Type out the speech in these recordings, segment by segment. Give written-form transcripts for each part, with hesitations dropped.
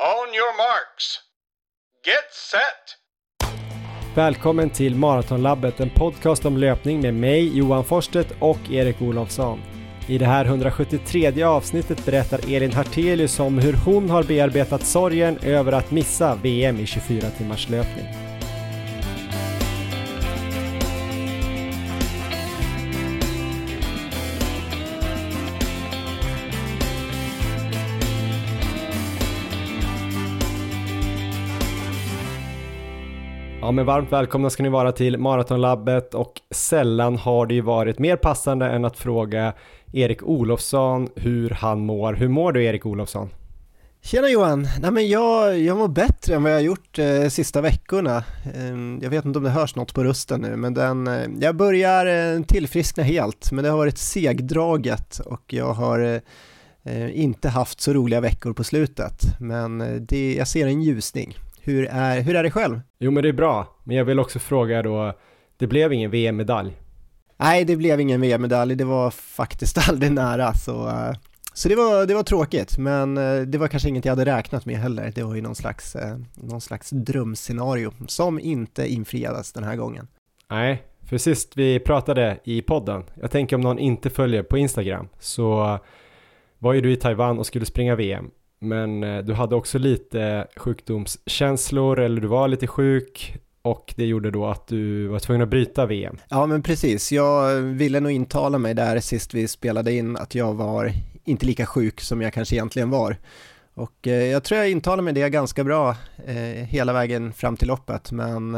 On your marks. Get set! Välkommen till Maratonlabbet, en podcast om löpning med mig, Johan Forsstedt och Erik Olofsson. I det här 173 avsnittet berättar Elin Hartelius om hur hon har bearbetat sorgen över att missa VM i 24 timmars löpning. Ja, men varmt välkomna ska ni vara till Maratonlabbet, och sällan har det ju varit mer passande än att fråga Erik Olofsson hur han mår. Hur mår du, Erik Olofsson? Tjena Johan, nej men jag mår bättre än vad jag har gjort sista veckorna. Jag vet inte om det hörs något på rösten nu, men jag börjar tillfriskna helt, men det har varit segdraget och jag har inte haft så roliga veckor på slutet, men jag ser en ljusning. Hur är det själv? Jo, men det är bra. Men jag vill också fråga då, det blev ingen VM-medalj? Nej, det blev ingen VM-medalj. Det var faktiskt aldrig nära. Så det var tråkigt, men det var kanske inget jag hade räknat med heller. Det var ju någon slags drömscenario som inte infriades den här gången. Nej, för sist vi pratade i podden, jag tänker om någon inte följer på Instagram, så var ju du i Taiwan och skulle springa VM. Men du hade också lite sjukdomskänslor, eller du var lite sjuk, och det gjorde då att du var tvungen att bryta VM. Ja, men precis. Jag ville nog intala mig där sist vi spelade in att jag var inte lika sjuk som jag kanske egentligen var. Och jag tror jag intalade mig det ganska bra hela vägen fram till loppet, men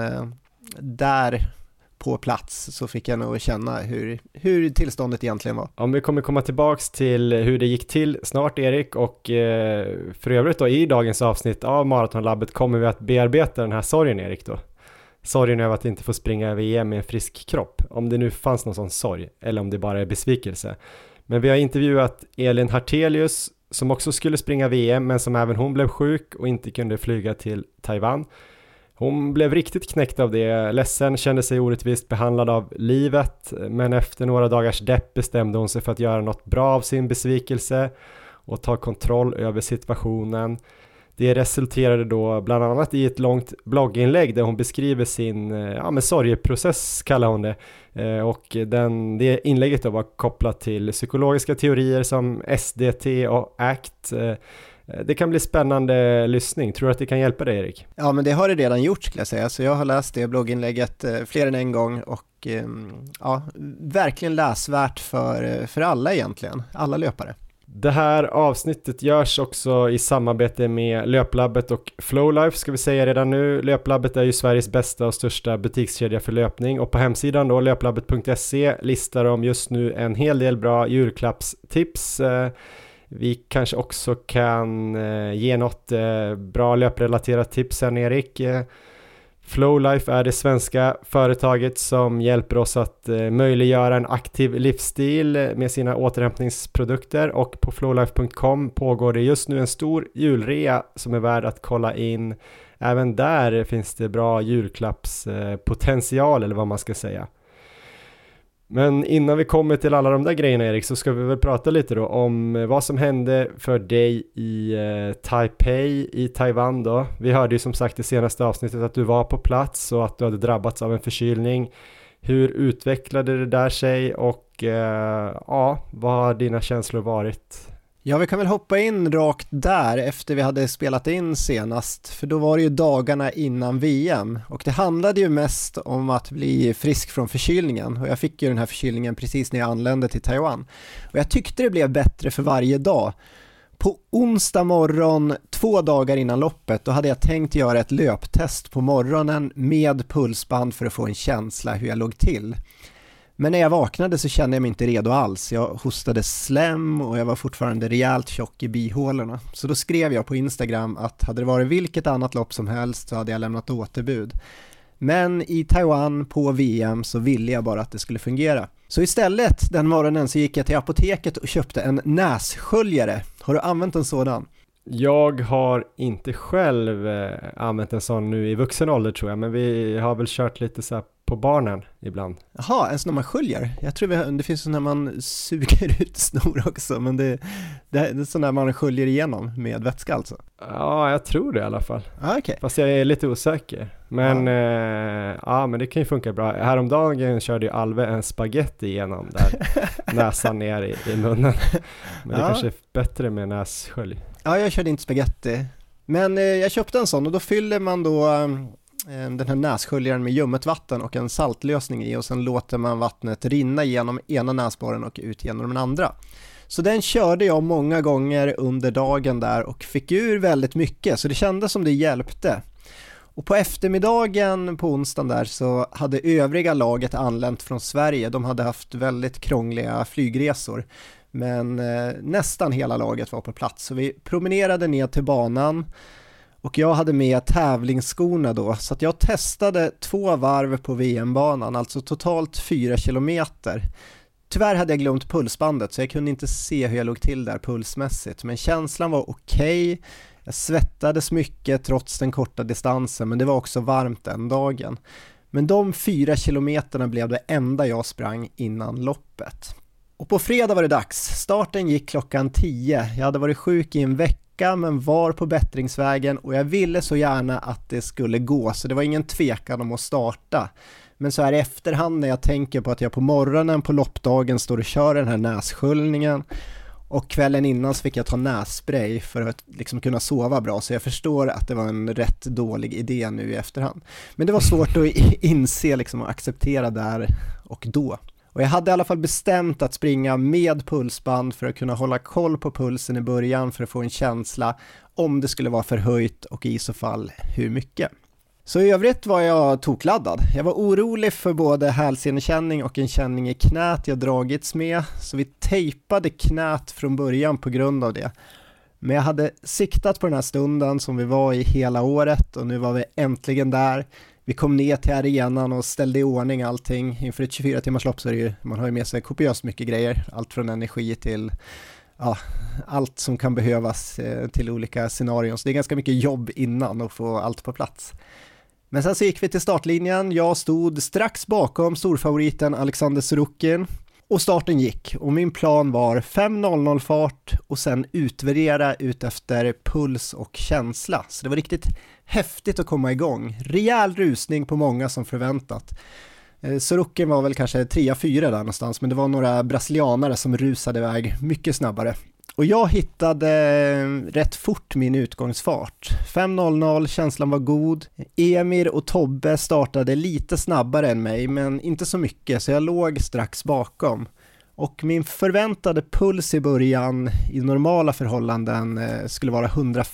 där på plats så fick jag nog känna hur tillståndet egentligen var. Ja, vi kommer komma tillbaks till hur det gick till snart, Erik, och för övrigt då i dagens avsnitt av Maratonlabbet kommer vi att bearbeta den här sorgen, Erik, då. Sorgen över att inte få springa VM med en frisk kropp, om det nu fanns någon sån sorg eller om det bara är besvikelse. Men vi har intervjuat Elin Hartelius som också skulle springa VM, men som även hon blev sjuk och inte kunde flyga till Taiwan. Hon blev riktigt knäckt av det, ledsen, kände sig orättvist behandlad av livet, men efter några dagars depp bestämde hon sig för att göra något bra av sin besvikelse och ta kontroll över situationen. Det resulterade då bland annat i ett långt blogginlägg där hon beskriver sin sorgeprocess, kallar hon det. Och det inlägget då var kopplat till psykologiska teorier som SDT och ACT. Det kan bli spännande lyssning. Tror du att det kan hjälpa dig, Erik? Ja, men det har det redan gjort, skulle jag säga. Så jag har läst det blogginlägget fler än en gång, och verkligen läsvärt för alla egentligen, alla löpare. Det här avsnittet görs också i samarbete med Löplabbet och Flowlife, ska vi säga redan nu. Löplabbet är ju Sveriges bästa och största butikskedja för löpning, och på hemsidan då löplabbet.se listar de just nu en hel del bra julklappstips. Vi kanske också kan ge något bra löprelaterat tips sen, Erik. Flowlife är det svenska företaget som hjälper oss att möjliggöra en aktiv livsstil med sina återhämtningsprodukter, och på flowlife.com pågår det just nu en stor julrea som är värd att kolla in. Även där finns det bra julklappspotential, eller vad man ska säga. Men innan vi kommer till alla de där grejerna, Erik, så ska vi väl prata lite då om vad som hände för dig i Taipei i Taiwan då. Vi hörde ju som sagt i senaste avsnittet att du var på plats och att du hade drabbats av en förkylning. Hur utvecklade det där sig, och vad har dina känslor varit? Ja, vi kan väl hoppa in rakt där efter vi hade spelat in senast, för då var det ju dagarna innan VM, och det handlade ju mest om att bli frisk från förkylningen, och jag fick ju den här förkylningen precis när jag anlände till Taiwan, och jag tyckte det blev bättre för varje dag. På onsdag morgon, 2 dagar innan loppet, då hade jag tänkt göra ett löptest på morgonen med pulsband för att få en känsla hur jag låg till. Men när jag vaknade så kände jag mig inte redo alls. Jag hostade slem och jag var fortfarande rejält tjock i bihålorna. Så då skrev jag på Instagram att hade det varit vilket annat lopp som helst så hade jag lämnat återbud. Men i Taiwan på VM så ville jag bara att det skulle fungera. Så istället den morgonen så gick jag till apoteket och köpte en nässköljare. Har du använt en sådan? Jag har inte själv använt en sån nu i vuxen ålder tror jag, men vi har väl kört lite så här på barnen ibland. Jaha, en sån där man sköljer. Jag tror det finns sån där man suger ut snor också, men det är sån där man sköljer igenom med vätska alltså. Ja, jag tror det i alla fall. Okay. Fast jag är lite osäker. Men men det kan ju funka bra. Häromdagen körde ju Alve en spaghetti igenom där näsan ner i munnen. Men det kanske är bättre med nässkölj. Ja, jag körde inte spaghetti. Men jag köpte en sån och då fyller man då den här nässköljaren med ljummet vatten och en saltlösning i och sen låter man vattnet rinna genom ena näsborren och ut genom den andra. Så den körde jag många gånger under dagen där och fick ur väldigt mycket, så det kändes som det hjälpte. Och på eftermiddagen på onsdagen där så hade övriga laget anlänt från Sverige. De hade haft väldigt krångliga flygresor. Men nästan hela laget var på plats. Så vi promenerade ner till banan. Och jag hade med tävlingsskorna då. Så att jag testade 2 varv på VM-banan. Alltså totalt 4 kilometer. Tyvärr hade jag glömt pulsbandet så jag kunde inte se hur jag låg till där pulsmässigt. Men känslan var okej. Jag svettades mycket trots den korta distansen, men det var också varmt den dagen. Men de 4 kilometerna blev det enda jag sprang innan loppet. Och på fredag var det dags. Starten gick klockan 10. Jag hade varit sjuk i en vecka men var på bättringsvägen och jag ville så gärna att det skulle gå, så det var ingen tvekan om att starta. Men så här i efterhand när jag tänker på att jag på morgonen på loppdagen står och kör den här nässköljningen och kvällen innan så fick jag ta nässpray för att liksom kunna sova bra, så jag förstår att det var en rätt dålig idé nu i efterhand. Men det var svårt att inse liksom och acceptera där och då. Och jag hade i alla fall bestämt att springa med pulsband för att kunna hålla koll på pulsen i början för att få en känsla om det skulle vara förhöjt och i så fall hur mycket. Så i övrigt var jag tokladdad. Jag var orolig för både hälsenekänning och en känning i knät jag dragits med, så vi tejpade knät från början på grund av det. Men jag hade siktat på den här stunden som vi var i hela året och nu var vi äntligen där. Vi kom ner till arenan och ställde i ordning allting. Inför ett 24 timmars lopp så är det ju, man har ju med sig kopiöst mycket grejer. Allt från energi till allt som kan behövas till olika scenarion. Så det är ganska mycket jobb innan att få allt på plats. Men sen så gick vi till startlinjen. Jag stod strax bakom storfavoriten Alexander Sorokin. Och starten gick och min plan var 5.00 fart och sen utvärdera ut efter puls och känsla. Så det var riktigt häftigt att komma igång. Rejäl rusning på många som förväntat. Sorokin var väl kanske 3-4 där någonstans, men det var några brasilianare som rusade iväg mycket snabbare. Och jag hittade rätt fort min utgångsfart. 5.00, känslan var god. Emir och Tobbe startade lite snabbare än mig, men inte så mycket, så jag låg strax bakom. Och min förväntade puls i början i normala förhållanden skulle vara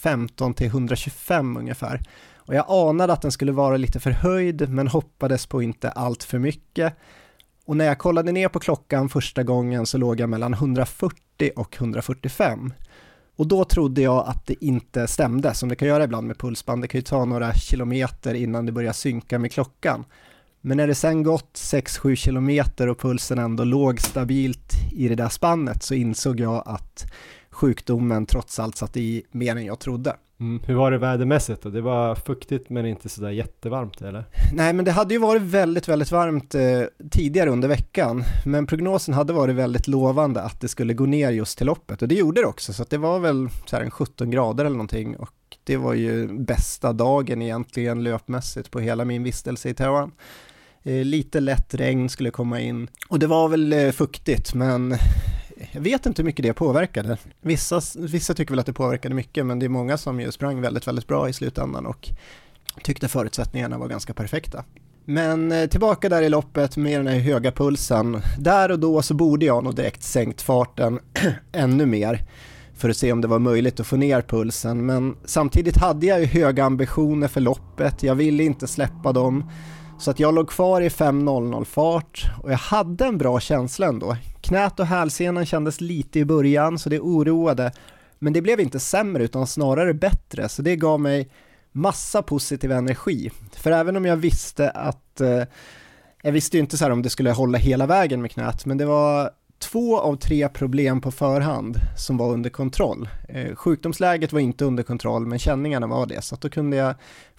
115-125 ungefär. Och jag anade att den skulle vara lite förhöjd, men hoppades på inte allt för mycket. Och när jag kollade ner på klockan första gången så låg jag mellan 140 och 145. Och då trodde jag att det inte stämde, som det kan göra ibland med pulsband. Det kan ju ta några kilometer innan det börjar synka med klockan. Men när det sen gått 6-7 kilometer och pulsen ändå låg stabilt i det där spannet så insåg jag att sjukdomen trots allt satt i mer än jag trodde. Hur var det vädermässigt då? Det var fuktigt men inte sådär jättevarmt eller? Nej, men det hade ju varit väldigt, väldigt varmt tidigare under veckan. Men prognosen hade varit väldigt lovande att det skulle gå ner just till loppet. Och det gjorde det också, så att det var väl så här en 17 grader eller någonting. Och det var ju bästa dagen egentligen löpmässigt på hela min vistelse i Taiwan. Lite lätt regn skulle komma in. Och det var väl fuktigt, men jag vet inte hur mycket det påverkade. Vissa tycker väl att det påverkade mycket, men det är många som ju sprang väldigt, väldigt bra i slutändan och tyckte förutsättningarna var ganska perfekta. Men tillbaka där i loppet med den här höga pulsen. Där och då så borde jag nog direkt sänkt farten ännu mer för att se om det var möjligt att få ner pulsen. Men samtidigt hade jag ju höga ambitioner för loppet. Jag ville inte släppa dem. Så att jag låg kvar i 5.00 fart och jag hade en bra känsla ändå. Knät och hälsenan kändes lite i början så det oroade. Men det blev inte sämre utan snarare bättre, så det gav mig massa positiv energi. För även om jag visste att jag visste ju inte så här om det skulle hålla hela vägen med knät, men det var 2 av 3 problem på förhand som var under kontroll. Sjukdomsläget var inte under kontroll, men känningarna var det. Så att då kunde jag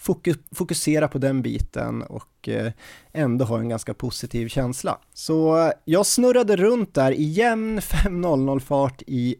fokusera på den biten och ändå ha en ganska positiv känsla. Så jag snurrade runt där i jämn 5:00 fart i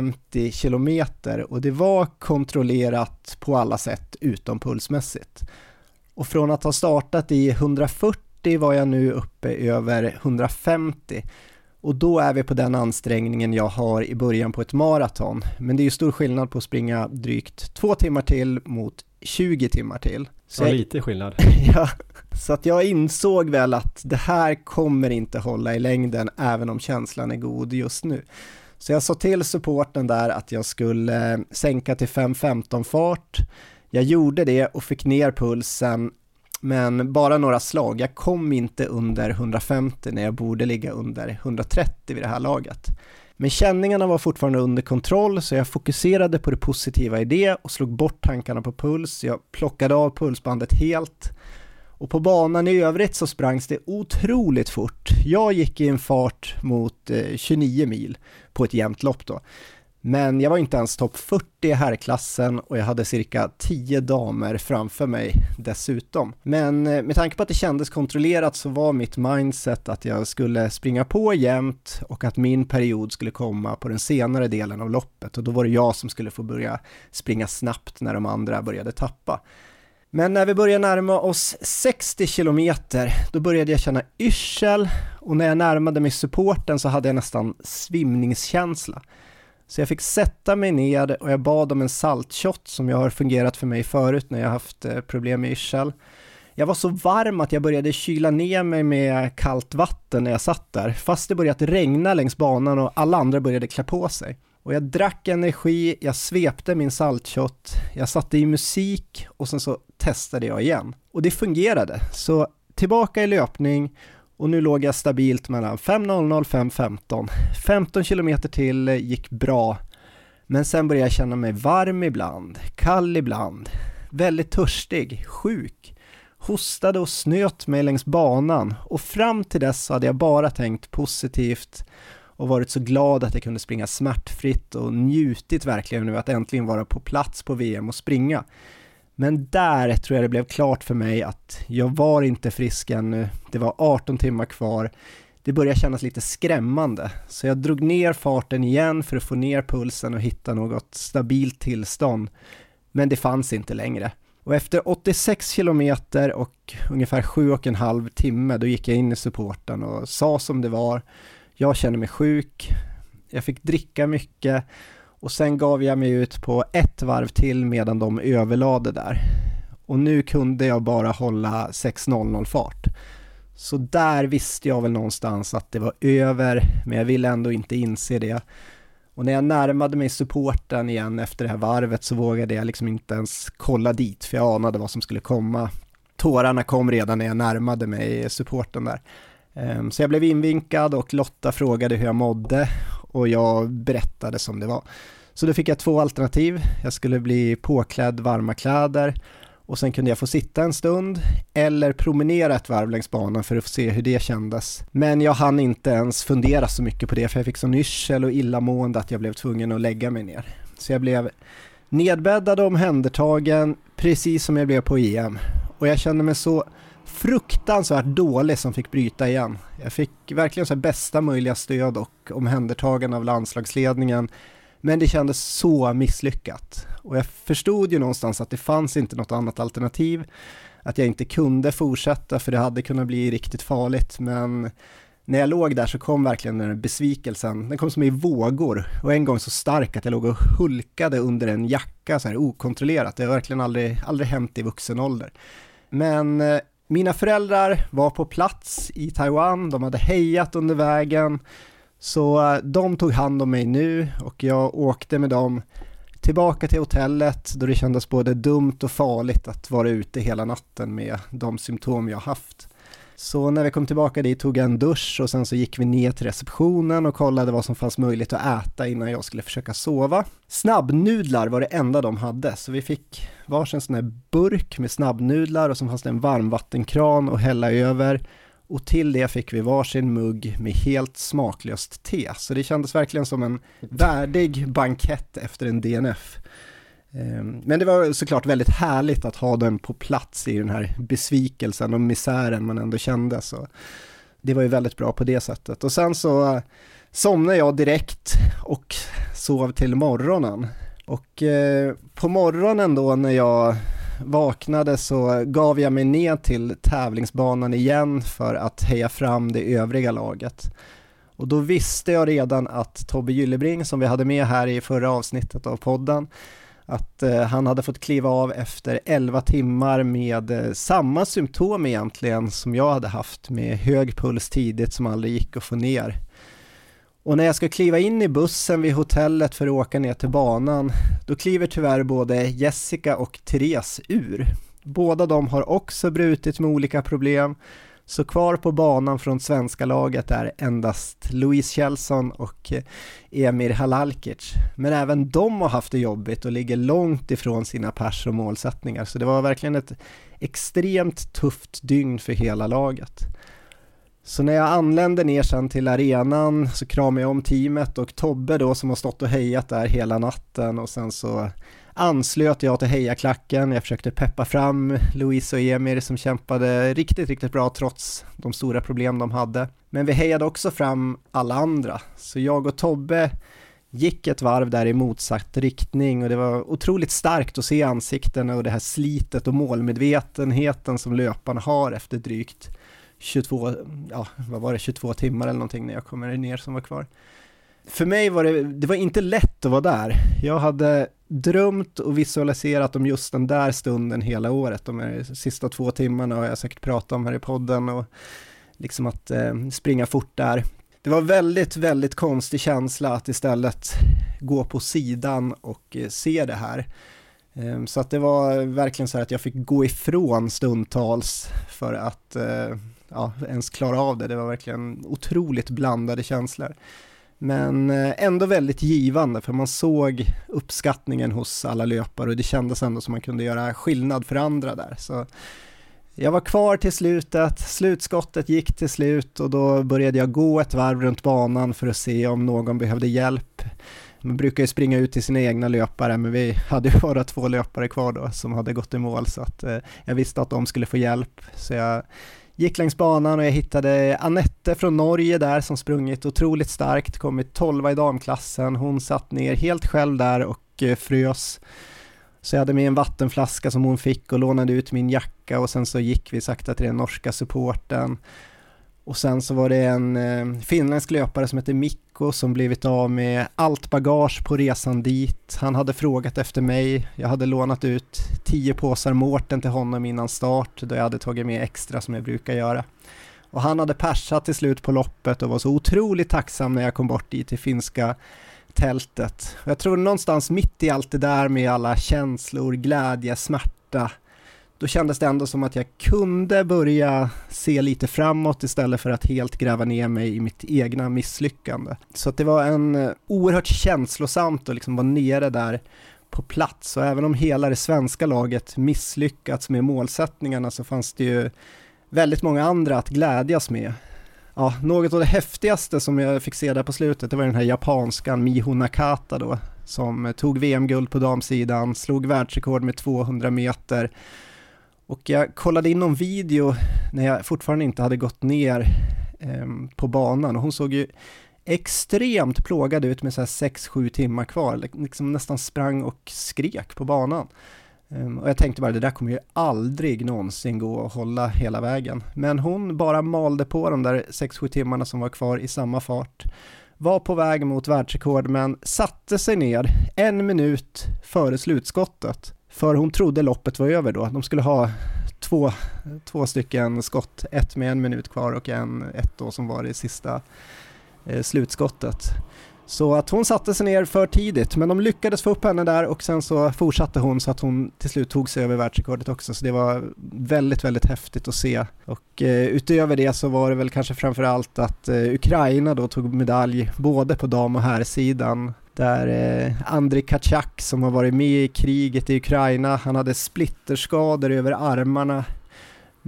50 kilometer och det var kontrollerat på alla sätt utom pulsmässigt. Och från att ha startat i 140 var jag nu uppe över 150. Och då är vi på den ansträngningen jag har i början på ett maraton. Men det är ju stor skillnad på att springa drygt 2 timmar till mot 20 timmar till. Så lite skillnad. Ja, så att jag insåg väl att det här kommer inte hålla i längden även om känslan är god just nu. Så jag sa till supporten där att jag skulle sänka till 5:15 fart. Jag gjorde det och fick ner pulsen, men bara några slag. Jag kom inte under 150 när jag borde ligga under 130 vid det här laget. Men känningarna var fortfarande under kontroll, så jag fokuserade på det positiva i det och slog bort tankarna på puls. Jag plockade av pulsbandet helt. Och på banan i övrigt så sprangs det otroligt fort. Jag gick i en fart mot 29 mil på ett jämnt lopp då. Men jag var inte ens topp 40 i herrklassen och jag hade cirka 10 damer framför mig dessutom. Men med tanke på att det kändes kontrollerat så var mitt mindset att jag skulle springa på jämnt och att min period skulle komma på den senare delen av loppet. Och då var det jag som skulle få börja springa snabbt när de andra började tappa. Men när vi började närma oss 60 kilometer, då började jag känna yrsel och när jag närmade mig supporten så hade jag nästan svimningskänsla. Så jag fick sätta mig ner och jag bad om en saltshot som jag har fungerat för mig förut när jag haft problem med yrsel. Jag var så varm att jag började kyla ner mig med kallt vatten när jag satt där, fast det började regna längs banan och alla andra började klä på sig. Och jag drack energi, jag svepte min saltshot, jag satte i musik och sen så testade jag igen. Och det fungerade, så tillbaka i löpning. Och nu låg jag stabilt mellan 5:00 och 5:15. 15 kilometer till gick bra. Men sen började jag känna mig varm ibland, kall ibland, väldigt törstig, sjuk. Hostade och snöt mig längs banan. Och fram till dess hade jag bara tänkt positivt och varit så glad att jag kunde springa smärtfritt och njutit verkligen nu att äntligen vara på plats på VM och springa. Men där tror jag det blev klart för mig att jag var inte frisk ännu. Det var 18 timmar kvar. Det började kännas lite skrämmande. Så jag drog ner farten igen för att få ner pulsen och hitta något stabilt tillstånd. Men det fanns inte längre. Och efter 86 kilometer och ungefär 7,5 timme då gick jag in i supporten och sa som det var. Jag känner mig sjuk. Jag fick dricka mycket. Och sen gav jag mig ut på ett varv till medan de överlade där. Och nu kunde jag bara hålla 6:00 fart. Så där visste jag väl någonstans att det var över, men jag ville ändå inte inse det. Och när jag närmade mig supporten igen efter det här varvet så vågade jag liksom inte ens kolla dit, för jag anade vad som skulle komma. Tårarna kom redan när jag närmade mig supporten där. Så jag blev invinkad och Lotta frågade hur jag mådde och jag berättade som det var. Så då fick jag 2 alternativ. Jag skulle bli påklädd varma kläder och sen kunde jag få sitta en stund eller promenera ett varv längs banan för att få se hur det kändes. Men jag hann inte ens fundera så mycket på det, för jag fick sån yrsel och illamående att jag blev tvungen att lägga mig ner. Så jag blev nedbäddad och omhändertagen precis som jag blev på EM. Och jag kände mig så fruktansvärt dålig som fick bryta igen. Jag fick verkligen så här bästa möjliga stöd och omhändertagande av landslagsledningen. Men det kändes så misslyckat. Och jag förstod ju någonstans att det fanns inte något annat alternativ. Att jag inte kunde fortsätta för det hade kunnat bli riktigt farligt. Men när jag låg där så kom verkligen den här besvikelsen. Den kom som i vågor. Och en gång så stark att jag låg och hulkade under en jacka så här okontrollerat. Det har verkligen aldrig hänt i vuxen ålder. Men mina föräldrar var på plats i Taiwan. De hade hejat under vägen. Så de tog hand om mig nu och jag åkte med dem tillbaka till hotellet då det kändes både dumt och farligt att vara ute hela natten med de symptom jag haft. Så när vi kom tillbaka dit tog jag en dusch och sen så gick vi ner till receptionen och kollade vad som fanns möjligt att äta innan jag skulle försöka sova. Snabbnudlar var det enda de hade, så vi fick varsin sån här burk med snabbnudlar och så fanns det en varmvattenkran att hälla över. Och till det fick vi varsin mugg med helt smaklöst te. Så det kändes verkligen som en värdig bankett efter en DNF. Men det var såklart väldigt härligt att ha den på plats i den här besvikelsen och misären man ändå kände. Så det var ju väldigt bra på det sättet. Och sen så somnade jag direkt och sov till morgonen. Och på morgonen då när jag vaknade så gav jag mig ner till tävlingsbanan igen för att heja fram det övriga laget. Och då visste jag redan att Tobbe Gyllebring, som vi hade med här i förra avsnittet av podden, att han hade fått kliva av efter 11 timmar med samma symptom egentligen som jag hade haft, med hög puls tidigt som aldrig gick att få ner. Och när jag ska kliva in i bussen vid hotellet för att åka ner till banan, då kliver tyvärr både Jessica och Therese ur. Båda de har också brutit med olika problem, så kvar på banan från svenska laget är endast Louise Kjellson och Emir Halalkic. Men även de har haft det jobbigt och ligger långt ifrån sina pers och målsättningar, så det var verkligen ett extremt tufft dygn för hela laget. Så när jag anlände ner sen till arenan så kramade jag om teamet och Tobbe då, som har stått och hejat där hela natten, och sen så anslöt jag till hejaklacken. Jag försökte peppa fram Louise och Emir som kämpade riktigt bra trots de stora problem de hade. Men vi hejade också fram alla andra. Så jag och Tobbe gick ett varv där i motsatt riktning, och det var otroligt starkt att se ansiktena och det här slitet och målmedvetenheten som löparna har efter drygt 22 timmar eller någonting när jag kommer ner som var kvar. För mig var det var inte lätt att vara där. Jag hade drömt och visualiserat om just den där stunden hela året. De här sista 2 timmarna har jag säkert pratat om här i podden, och liksom att springa fort där. Det var väldigt konstig känsla att istället gå på sidan och se det här. Så att det var verkligen så här att jag fick gå ifrån stundtals för att ens klara av det. Det var verkligen otroligt blandade känslor. Men ändå väldigt givande, för man såg uppskattningen hos alla löpare och det kändes ändå som man kunde göra skillnad för andra där. Så jag var kvar till slutet, slutskottet gick till slut, och då började jag gå ett varv runt banan för att se om någon behövde hjälp. Man brukar ju springa ut till sina egna löpare, men vi hade ju bara 2 löpare kvar då som hade gått i mål, så att jag visste att de skulle få hjälp. Så jag gick längs banan och jag hittade Annette från Norge där som sprungit otroligt starkt, kommit 12 i damklassen. Hon satt ner helt själv där och frös. Så jag hade med en vattenflaska som hon fick och lånade ut min jacka, och sen så gick vi sakta till den norska supporten. Och sen så var det en finländsk löpare som heter Mikko som blivit av med allt bagage på resan dit. Han hade frågat efter mig. Jag hade lånat ut 10 påsar Mårten till honom innan start, då jag hade tagit med extra som jag brukar göra. Och han hade persat till slut på loppet och var så otroligt tacksam när jag kom bort dit till finska tältet. Och jag tror någonstans mitt i allt det där med alla känslor, glädje, smärta, då kändes det ändå som att jag kunde börja se lite framåt istället för att helt gräva ner mig i mitt egna misslyckande. Så att det var en oerhört känslosamt att liksom vara nere där på plats. Och även om hela det svenska laget misslyckats med målsättningarna, så fanns det ju väldigt många andra att glädjas med. Ja, något av det häftigaste som jag fick se där på slutet, det var den här japanskan Miho Nakata då, som tog VM-guld på damsidan, slog världsrekord med 200 meter. Och jag kollade in någon video när jag fortfarande inte hade gått ner på banan, och hon såg ju extremt plågad ut med så här 6-7 timmar kvar, liksom nästan sprang och skrek på banan. Och jag tänkte bara, det där kommer ju aldrig någonsin gå att hålla hela vägen. Men hon bara malde på de där 6-7 timmarna som var kvar i samma fart. Var på väg mot världsrekord, men satte sig ner 1 minut före slutskottet. För hon trodde loppet var över då. De skulle ha två stycken skott. Ett med 1 minut kvar och ett då som var det sista slutskottet. Så att hon satte sig ner för tidigt, men de lyckades få upp henne där, och sen så fortsatte hon så att hon till slut tog sig över världsrekordet också. Så det var väldigt häftigt att se. Och utöver det så var det väl kanske framförallt att Ukraina då tog medalj både på dam- och herrsidan. Där Andrei Kachak, som har varit med i kriget i Ukraina, han hade splitterskador över armarna.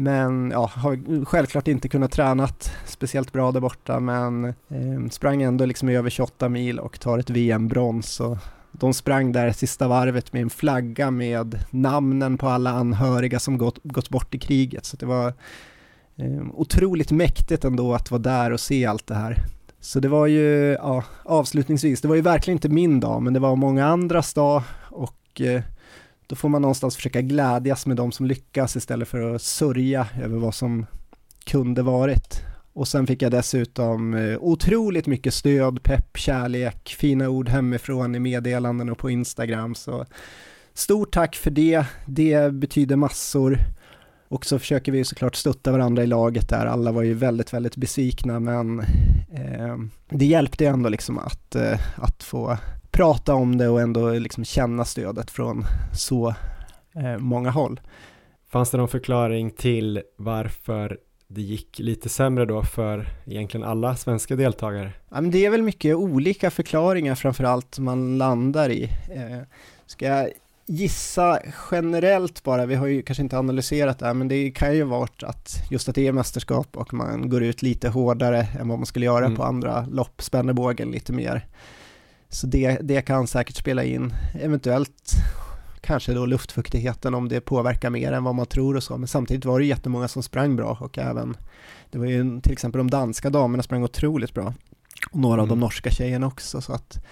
Men ja, har självklart inte kunnat tränat speciellt bra där borta, men sprang ändå liksom över 28 mil och tar ett VM-brons. Och de sprang där sista varvet med en flagga med namnen på alla anhöriga som gått bort i kriget. Så det var otroligt mäktigt ändå att vara där och se allt det här. Så det var ju, ja, avslutningsvis, det var ju verkligen inte min dag, men det var många andras dag, och då får man någonstans försöka glädjas med de som lyckas istället för att sörja över vad som kunde varit. Och sen fick jag dessutom otroligt mycket stöd, pepp, kärlek, fina ord hemifrån i meddelanden och på Instagram. Så stort tack för det, det betyder massor. Och så försöker vi såklart stötta varandra i laget där. Alla var ju väldigt, väldigt besvikna, men det hjälpte ändå liksom att få prata om det och ändå liksom känna stödet från så många håll. Fanns det någon förklaring till varför det gick lite sämre då för egentligen alla svenska deltagare? Ja, men det är väl mycket olika förklaringar framförallt man landar i. Ska jag gissa generellt bara, vi har ju kanske inte analyserat det här, men det kan ju varit att just att det är mästerskap och man går ut lite hårdare än vad man skulle göra på andra lopp, spänner bågen lite mer. Så det kan säkert spela in, eventuellt kanske då luftfuktigheten om det påverkar mer än vad man tror och så, men samtidigt var det jättemånga som sprang bra, och även, det var ju till exempel de danska damerna sprang otroligt bra, och några av de norska tjejerna också, så att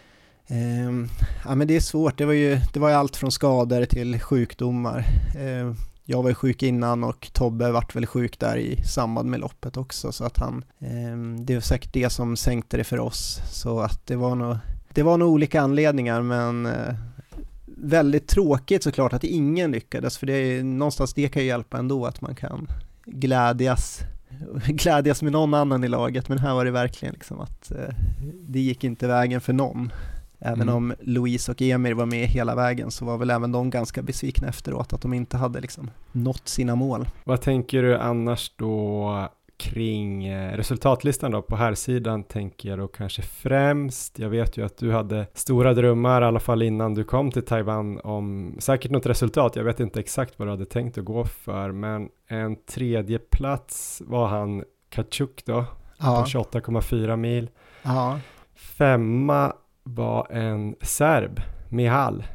ja, men det är svårt, det var ju allt från skador till sjukdomar. Jag var ju sjuk innan, och Tobbe vart väl sjuk där i samband med loppet också, så att det var säkert det som sänkte det för oss, så att det var nog olika anledningar, men väldigt tråkigt såklart att ingen lyckades, för det är någonstans, det kan ju hjälpa ändå att man kan glädjas med någon annan i laget, men här var det verkligen liksom att det gick inte vägen för någon. Även om Louise och Emir var med hela vägen, så var väl även de ganska besvikna efteråt att de inte hade liksom nått sina mål. Vad tänker du annars då kring resultatlistan då? På här sidan tänker jag då kanske främst, jag vet ju att du hade stora drömmar i alla fall innan du kom till Taiwan om säkert något resultat. Jag vet inte exakt vad du hade tänkt att gå för, men en tredje plats var han Kachuk då, på 28,4 mil. Ja. 5:a var en serb, Mihal,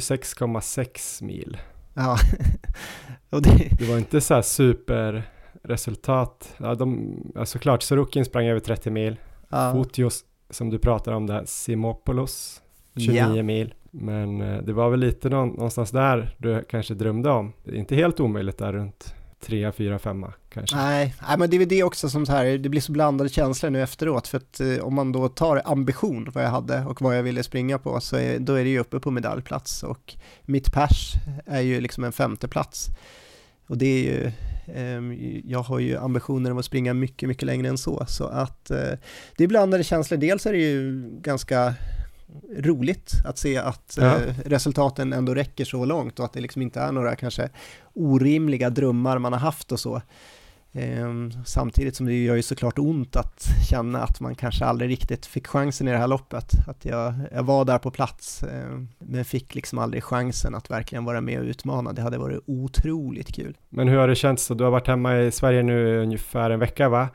26,6 mil. Ja. Och det var inte så här superresultat. Ja, såklart, Sorokin sprang över 30 mil. Ja. Fotios, som du pratar om där, Simopoulos, 29 mil. Men det var väl lite någonstans där du kanske drömde om. Det är inte helt omöjligt där runt 3, 4, 5 kanske. Nej, men det är det också som så här, det blir så blandade känslor nu efteråt, för att om man då tar ambition vad jag hade och vad jag ville springa på, så då är det ju uppe på medaljplats, och mitt pers är ju liksom en 5:e plats, och det är ju jag har ju ambitioner om att springa mycket, mycket längre än så att det är blandade känslor. Dels är det ju ganska roligt att se att resultaten ändå räcker så långt, och att det liksom inte är några kanske orimliga drömmar man har haft och så. Samtidigt som det gör ju såklart ont att känna att man kanske aldrig riktigt fick chansen i det här loppet. Att jag var där på plats, men fick liksom aldrig chansen att verkligen vara med och utmana. Det hade varit otroligt kul. Men hur har det känts då? Du har varit hemma i Sverige nu ungefär en vecka, va?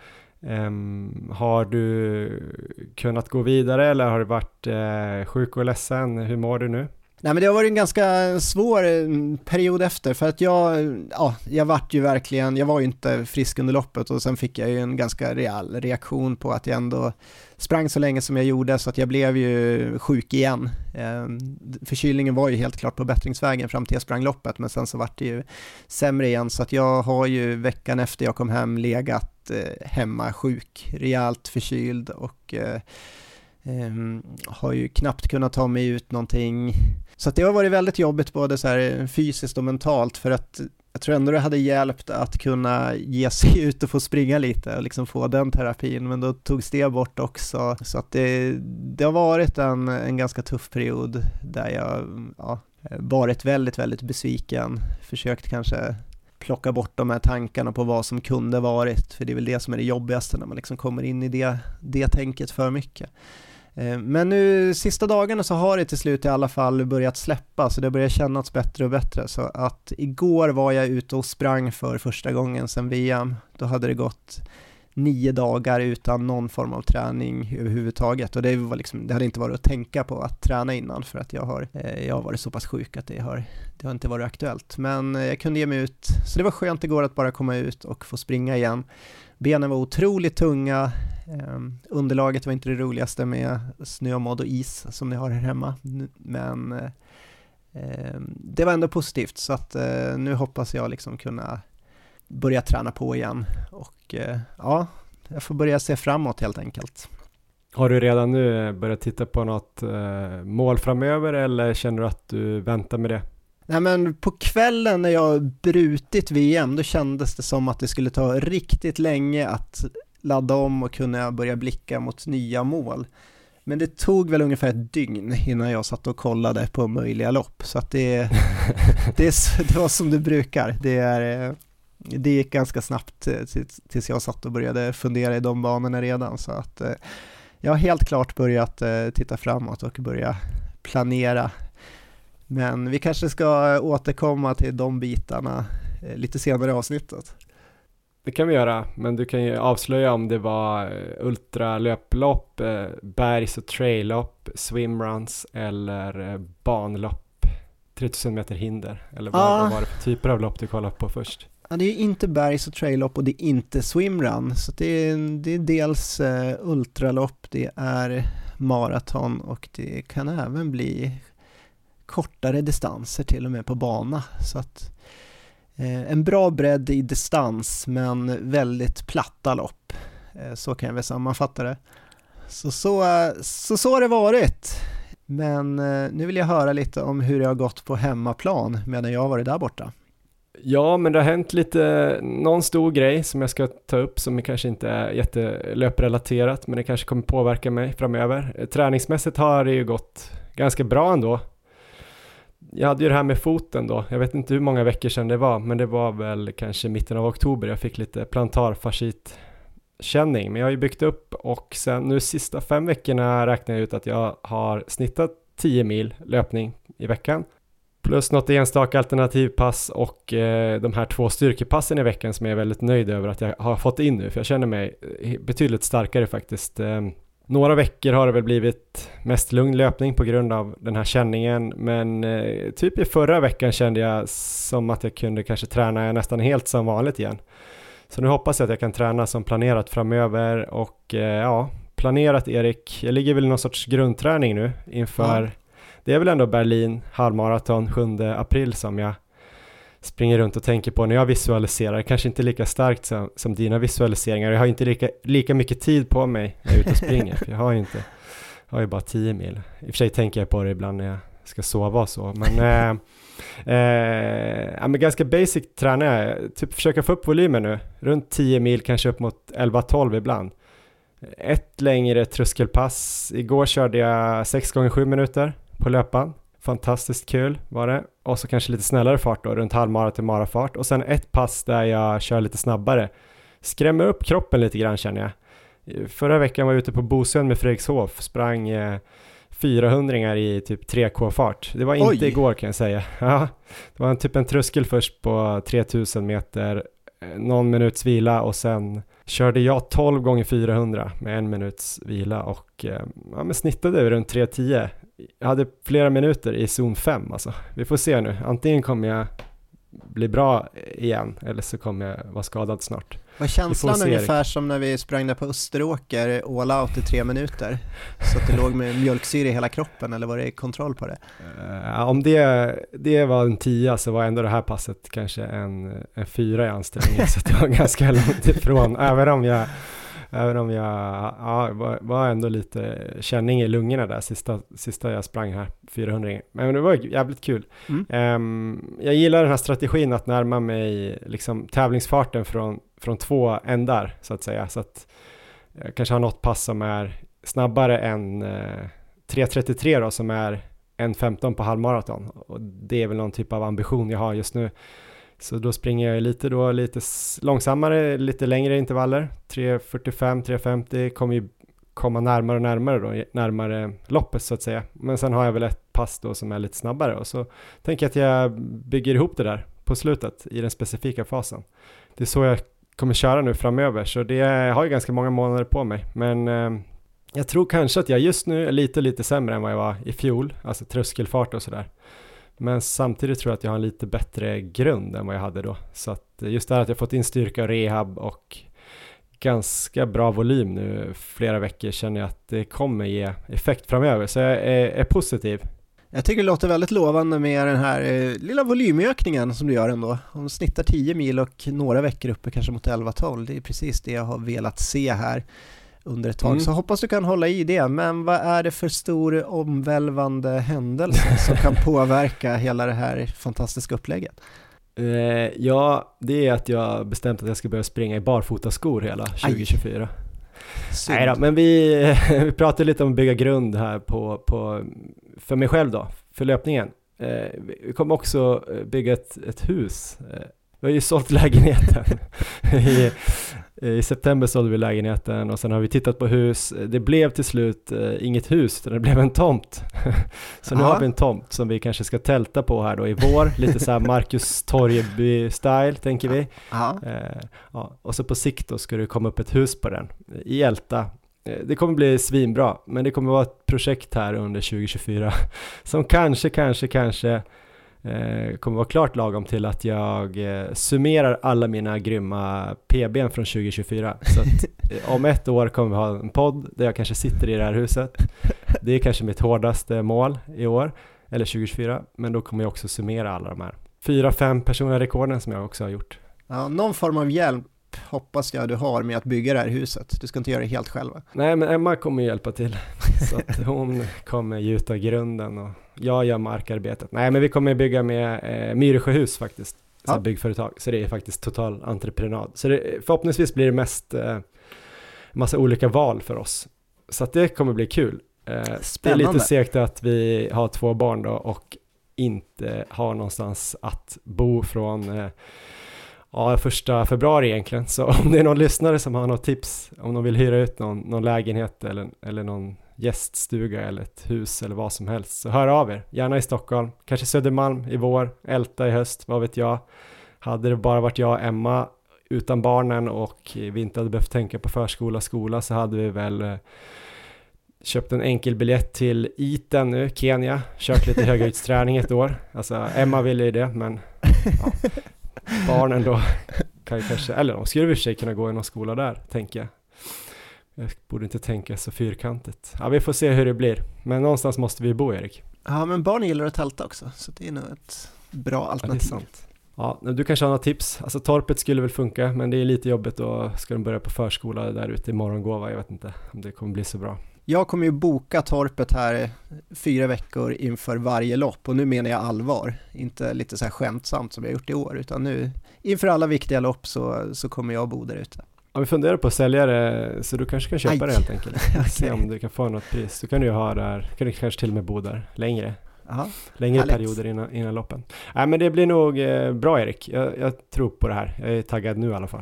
Har du kunnat gå vidare, eller har du varit sjuk och ledsen? Hur mår du nu? Nej, men det har varit en ganska svår period efter, för att jag vart ju verkligen, jag var ju inte frisk under loppet, och sen fick jag ju en ganska rejäl reaktion på att jag ändå sprang så länge som jag gjorde, så att jag blev ju sjuk igen. Förkylningen var ju helt klart på bättringsvägen fram till jag sprang loppet, men sen så vart det ju sämre igen, så att jag har ju veckan efter jag kom hem legat hemma sjuk, rejält förkyld, och har ju knappt kunnat ta mig ut någonting. Så att det har varit väldigt jobbigt både så här fysiskt och mentalt, för att jag tror ändå det hade hjälpt att kunna ge sig ut och få springa lite och liksom få den terapin, men då togs det bort också. Så att det har varit en ganska tuff period där jag varit väldigt, väldigt besviken, försökt kanske plocka bort de här tankarna på vad som kunde varit, för det är väl det som är det jobbigaste när man liksom kommer in i det tänket för mycket. Men nu sista dagarna så har det till slut i alla fall börjat släppa, så det börjar kännas bättre och bättre. Så att igår var jag ute och sprang för första gången sedan VM. Då hade det gått 9 dagar utan någon form av träning överhuvudtaget, och det hade inte varit att tänka på att träna innan, för att jag har varit så pass sjuk att det har inte varit aktuellt. Men jag kunde ge mig ut, så det var skönt igår att bara komma ut och få springa igen. Benen var otroligt tunga, underlaget var inte det roligaste med snömodd och is som ni har här hemma, men det var ändå positivt, så att nu hoppas jag liksom kunna börja träna på igen, och ja, jag får börja se framåt helt enkelt. Har du redan nu börjat titta på något mål framöver, eller känner du att du väntar med det? Nej, men på kvällen när jag brutit VM, då kändes det som att det skulle ta riktigt länge att ladda om och kunna börja blicka mot nya mål. Men det tog väl ungefär ett dygn innan jag satt och kollade på möjliga lopp, så att det var som det brukar. Det gick ganska snabbt tills jag satt och började fundera i de banorna redan, så att jag har helt klart börjat titta framåt och börja planera. Men vi kanske ska återkomma till de bitarna lite senare i avsnittet. Det kan vi göra, men du kan ju avslöja om det var ultralöplopp, bergs- och traillopp, swimruns eller banlopp, 3000 meter hinder, eller vad var det för typer av lopp du kollade på först? Ja, det är inte bergs- och traillopp och det är inte swimrun, så det är dels ultralopp, det är maraton, och det kan även bli kortare distanser till och med på bana, så att en bra bredd i distans men väldigt platta lopp, så kan jag väl sammanfatta det. Så har det varit. Men nu vill jag höra lite om hur det har gått på hemmaplan medan jag har varit där borta. Ja, men det har hänt någon stor grej som jag ska ta upp, som kanske inte är jättelöprelaterat, men det kanske kommer påverka mig framöver. Träningsmässigt har det ju gått ganska bra ändå. Jag hade ju det här med foten då. Jag vet inte hur många veckor sedan det var, men det var väl kanske mitten av oktober. Jag fick lite plantarfascitkänning, men jag har ju byggt upp, och sen nu sista 5 veckorna räknar jag ut att jag har snittat 10 mil löpning i veckan. Plus något enstaka alternativpass och de här 2 styrkepassen i veckan som jag är väldigt nöjd över att jag har fått in nu, för jag känner mig betydligt starkare faktiskt. Några veckor har det väl blivit mest lugn löpning på grund av den här känningen, men typ i förra veckan kände jag som att jag kunde kanske träna nästan helt som vanligt igen. Så nu hoppas jag att jag kan träna som planerat framöver, och planerat Erik. Jag ligger väl i någon sorts grundträning nu inför, det är väl ändå Berlin halvmaraton 7 april som jag springer runt och tänker på när jag visualiserar. Kanske inte lika starkt som dina visualiseringar. Jag har inte lika mycket tid på mig när jag är ute och springer. För jag har ju bara 10 mil. I och för sig tänker jag på det ibland när jag ska sova och så. Men, men ganska basic tränar jag. Typ försöka få upp volymen nu. Runt 10 mil, kanske upp mot 11-12 ibland. Ett längre tröskelpass. Igår körde jag 6x7 minuter på löpan. Fantastiskt kul var det. Och så kanske lite snällare fart då, runt halvmara till marafart. Och sen ett pass där jag kör lite snabbare. Skrämmer upp kroppen lite grann, känner jag. Förra veckan var jag ute på Bosön med Fredrikshof. Sprang 400 i typ 3K-fart. Det var inte igår, kan jag säga. Ja, det var en tröskel först på 3000 meter. Någon minuts vila, och sen körde jag 12 gånger 400 med 1 minuts vila. Och men snittade runt 3:10. Jag hade flera minuter i zon 5 alltså. Vi får se nu. Antingen kommer jag bli bra igen, eller så kommer jag vara skadad snart. Var känslan ungefär som när vi sprang där på Österåker all out i 3 minuter? Så att det låg med mjölksyra i hela kroppen, eller var det kontroll på det? Om det var en 10, så var ändå det här passet kanske en 4 i ansträngning. Så det var ganska långt ifrån. Även om jag var ändå lite känning i lungorna där sista jag sprang här, 400. Men det var jävligt kul. Jag gillar den här strategin att närma mig liksom tävlingsfarten från 2 ändar, så att säga. Så att jag kanske har något pass som är snabbare än 3:33 då, som är 1:15 på halvmaraton. Och det är väl någon typ av ambition jag har just nu. Så då springer jag lite långsammare, lite längre intervaller. 3:45, 3:50 kommer ju komma närmare och närmare då, närmare loppet så att säga. Men sen har jag väl ett pass då som är lite snabbare och så tänker jag att jag bygger ihop det där på slutet i den specifika fasen. Det är så jag kommer köra nu framöver, så det har ju ganska många månader på mig. Men jag tror kanske att jag just nu är lite sämre än vad jag var i fjol, alltså tröskelfart och sådär. Men samtidigt tror jag att jag har en lite bättre grund än vad jag hade då. Så att just det här att jag fått in styrka och rehab och ganska bra volym nu flera veckor känner jag att det kommer ge effekt framöver. Så jag är positiv. Jag tycker det låter väldigt lovande med den här lilla volymökningen som du gör ändå. Om du snittar 10 mil och några veckor uppe kanske mot 11-12. Det är precis det jag har velat se här under ett tag. Så hoppas du kan hålla i det. Men vad är det för stor omvälvande händelse som kan påverka hela det här fantastiska upplägget? Ja, det är att jag bestämt att jag ska börja springa i barfotaskor hela 2024. Nej då, men vi pratar lite om att bygga grund här för mig själv då, för löpningen. Vi kommer också bygga ett hus. Vi har ju sålt lägenheten. I september sålde vi lägenheten och sen har vi tittat på hus. Det blev till slut inget hus, utan det blev en tomt. Så nu har vi en tomt som vi kanske ska tälta på här då i vår. Lite så här Marcus Torgeby-style tänker vi. Ja, och så på sikt då ska det komma upp ett hus på den i Älta. Det kommer bli svinbra, men det kommer vara ett projekt här under 2024 som kanske kommer vara klart lagom till att jag summerar alla mina grymma PB:n från 2024. Så att om ett år kommer vi ha en podd där jag kanske sitter i det här huset. Det är kanske mitt hårdaste mål i år, eller 2024. Men då kommer jag också summera alla de här 4-5 personliga rekorden som jag också har gjort. Ja, någon form av hjälp hoppas jag du har med att bygga det här huset. Du ska inte göra det helt själva. Nej, men Emma kommer hjälpa till. Så att hon kommer gjuta grunden och jag gör markarbetet. Nej, men vi kommer bygga med Myresjöhus faktiskt. Så byggföretag. Så det är faktiskt total entreprenad. Så förhoppningsvis blir det mest massa olika val för oss. Så att det kommer bli kul. Det är lite segt att vi har 2 barn då och inte har någonstans att bo från 1 februari egentligen. Så om det är någon lyssnare som har något tips, om de vill hyra ut någon lägenhet eller någon gäststuga eller ett hus eller vad som helst, så hör av er. Gärna i Stockholm, kanske Södermalm i vår, Älta i höst, vad vet jag. Hade det bara varit jag och Emma utan barnen och vi inte hade behövt tänka på förskola, skola, så hade vi väl köpt en enkel biljett till Iten nu, Kenya, kört lite höghöjdsträning ett år. Alltså Emma ville ju det, men ja. Barnen då kan ju kanske, eller de skulle i och för sig kunna gå i någon skola där, tänker jag. Jag borde inte tänka så fyrkantigt. Ja, vi får se hur det blir. Men någonstans måste vi bo, Erik. Ja, men barn gillar att tälta också, så det är nog ett bra alternativ. Ja, det är sant. Ja, du kanske har några tips. Alltså torpet skulle väl funka, men det är lite jobbigt och ska de börja på förskola där ute i Morgongåva. Jag vet inte om det kommer bli så bra. Jag kommer ju boka torpet här 4 veckor inför varje lopp, och nu menar jag allvar. Inte lite så här skämtsamt som jag gjort i år, utan nu inför alla viktiga lopp så kommer jag bo där ute. Ja, vi funderar på att sälja det, så du kanske kan köpa det helt enkelt. Okay. Se om du kan få något pris. Så kan du ju ha där, kan du kanske till och med bo där längre. Aha, längre perioder innan loppen. Nej, men det blir nog bra, Erik. Jag tror på det här. Jag är taggad nu i alla fall.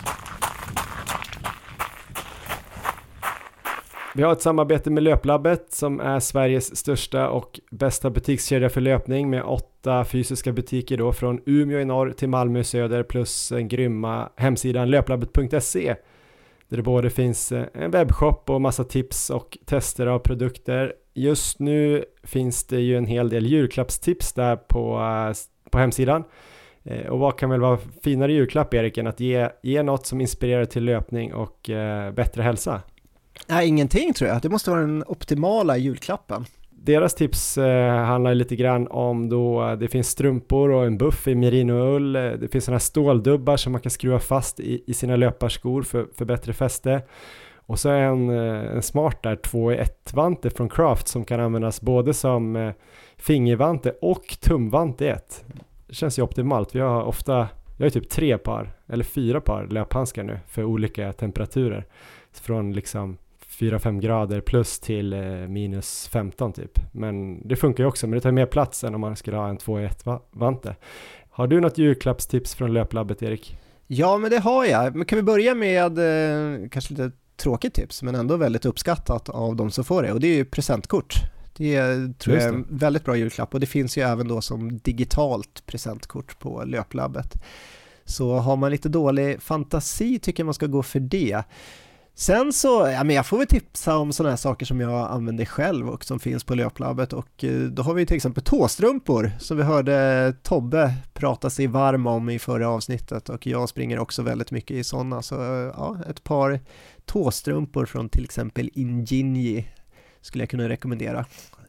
Vi har ett samarbete med Löplabbet som är Sveriges största och bästa butikskedja för löpning med 8 fysiska butiker då från Umeå i norr till Malmö i söder, plus en grymma hemsidan löplabbet.se där det både finns en webbshop och massa tips och tester av produkter. Just nu finns det ju en hel del julklappstips där på hemsidan. Och vad kan väl vara finare julklapp, Erik, än att ge något som inspirerar till löpning och bättre hälsa? Nej, ingenting tror jag. Det måste vara den optimala julklappen. Deras tips handlar lite grann om då det finns strumpor och en buff i merinoull. Det finns såna här ståldubbar som man kan skruva fast i sina löparskor för bättre fäste. Och så en smart där 2-i-1-vante från Craft som kan användas både som fingervante och tumvante i ett. Det känns ju optimalt. Jag har typ 3 par eller 4 par löphandskar nu för olika temperaturer. Från liksom 4-5 grader plus till minus 15 typ. Men det funkar ju också, men det tar mer plats än om man skulle ha en 2-i-1-vante. Har du något julklappstips från Löplabbet, Erik? Ja, men det har jag. Men kan vi börja med kanske lite tråkigt tips men ändå väldigt uppskattat av de som får det, och det är ju presentkort. Det tror jag är en väldigt bra julklapp, och det finns ju även då som digitalt presentkort på Löplabbet. Så har man lite dålig fantasi tycker jag man ska gå för det. Sen så, men jag får väl tipsa om sådana här saker som jag använder själv och som finns på Löplabbet, och då har vi till exempel tåstrumpor som vi hörde Tobbe prata sig varm om i förra avsnittet, och jag springer också väldigt mycket i sådana, så ett par tåstrumpor från till exempel Injinji skulle jag kunna rekommendera.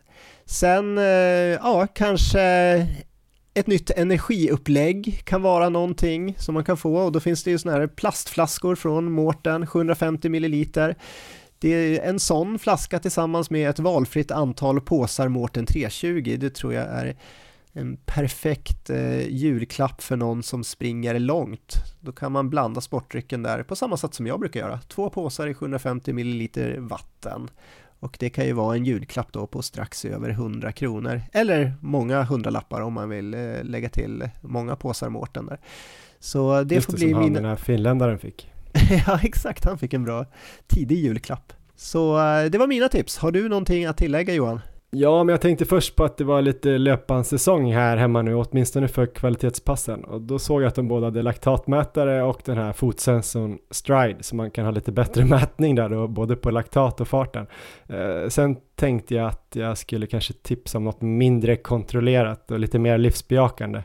Sen kanske ett nytt energiupplägg kan vara någonting som man kan få, och då finns det ju såna här plastflaskor från Mårten, 750 milliliter. Det är en sån flaska tillsammans med ett valfritt antal påsar Mårten 320. Det tror jag är en perfekt julklapp för någon som springer långt. Då kan man blanda sportdrycken där på samma sätt som jag brukar göra. 2 påsar i 750 milliliter vatten. Och det kan ju vara en julklapp då på strax över 100 kronor. Eller många 100-lappar om man vill lägga till många påsar Mårten där. Så det får bli min... den här finländaren fick. Ja, exakt. Han fick en bra tidig julklapp. Så det var mina tips. Har du någonting att tillägga, Johan? Ja, men jag tänkte först på att det var lite löpansäsong här hemma nu, åtminstone för kvalitetspassen. Och då såg jag att de båda hade laktatmätare och den här fotsensorn Stride, så man kan ha lite bättre mätning där då, både på laktat och farten. Sen tänkte jag att jag skulle kanske tipsa om något mindre kontrollerat och lite mer livsbejakande.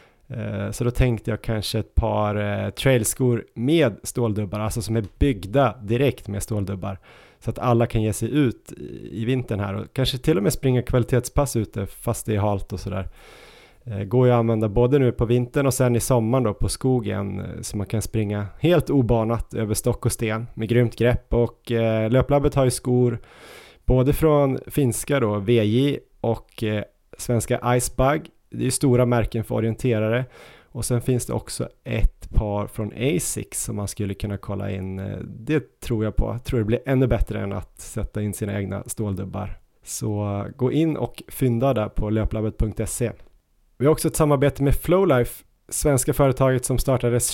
Så då tänkte jag kanske ett par trailskor med ståldubbar, alltså som är byggda direkt med ståldubbar. Så att alla kan ge sig ut i vintern här och kanske till och med springa kvalitetspass ute fast det är halt och sådär. Går ju att använda både nu på vintern och sen i sommaren då på skogen, så man kan springa helt obanat över stock och sten med grymt grepp. Och Löplabbet har ju skor både från finska då VJ och svenska Icebug. Det är ju stora märken för orienterare. Och sen finns det också ett par från Asics som man skulle kunna kolla in. Det tror jag på. Jag tror det blir ännu bättre än att sätta in sina egna ståldubbar. Så gå in och fynda där på löplabbet.se. Vi har också ett samarbete med Flowlife, svenska företaget som startades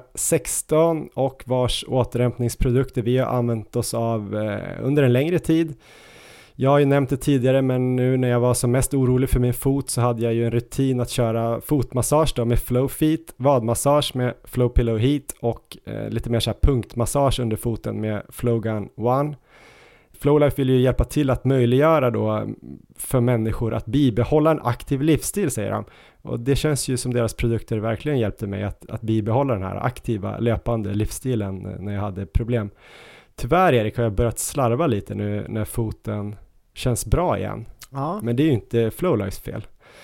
2016 och vars återhämtningsprodukter vi har använt oss av under en längre tid. Jag har ju nämnt det tidigare, men nu när jag var som mest orolig för min fot så hade jag ju en rutin att köra fotmassage då med Flowfeet, vadmassage med Flowpillow Heat och lite mer så här punktmassage under foten med Flowgun One. Flowlife vill ju hjälpa till att möjliggöra då för människor att bibehålla en aktiv livsstil, säger de. Och det känns ju som deras produkter verkligen hjälpte mig att bibehålla den här aktiva löpande livsstilen när jag hade problem. Tyvärr, Erik, har jag börjat slarva lite nu när foten känns bra igen. Ja. Men det är ju inte Flowlifes fel.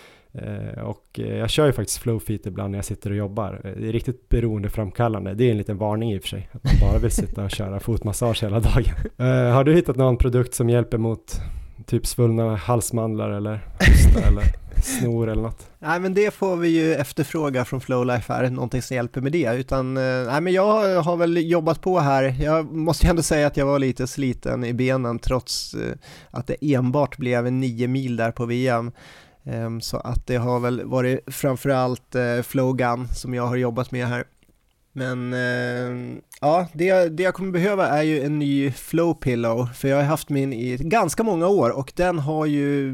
Och jag kör ju faktiskt Flowfeet ibland när jag sitter och jobbar. Det är riktigt beroendeframkallande. Det är en liten varning i och för sig. Att man bara vill sitta och köra fotmassage hela dagen. Har du hittat någon produkt som hjälper mot typ svullna halsmandlar eller hosta eller snor eller något? Nej, men det får vi ju efterfråga från Flowlife här, någonting som hjälper med det. Utan, men jag har väl jobbat på här. Jag måste ju ändå säga att jag var lite sliten i benen trots att det enbart blev 9 mil där på VM. Så att det har väl varit framförallt Flowgun som jag har jobbat med här. Men ja, det jag kommer behöva är ju en ny Flowpillow, för jag har haft min i ganska många år och den har ju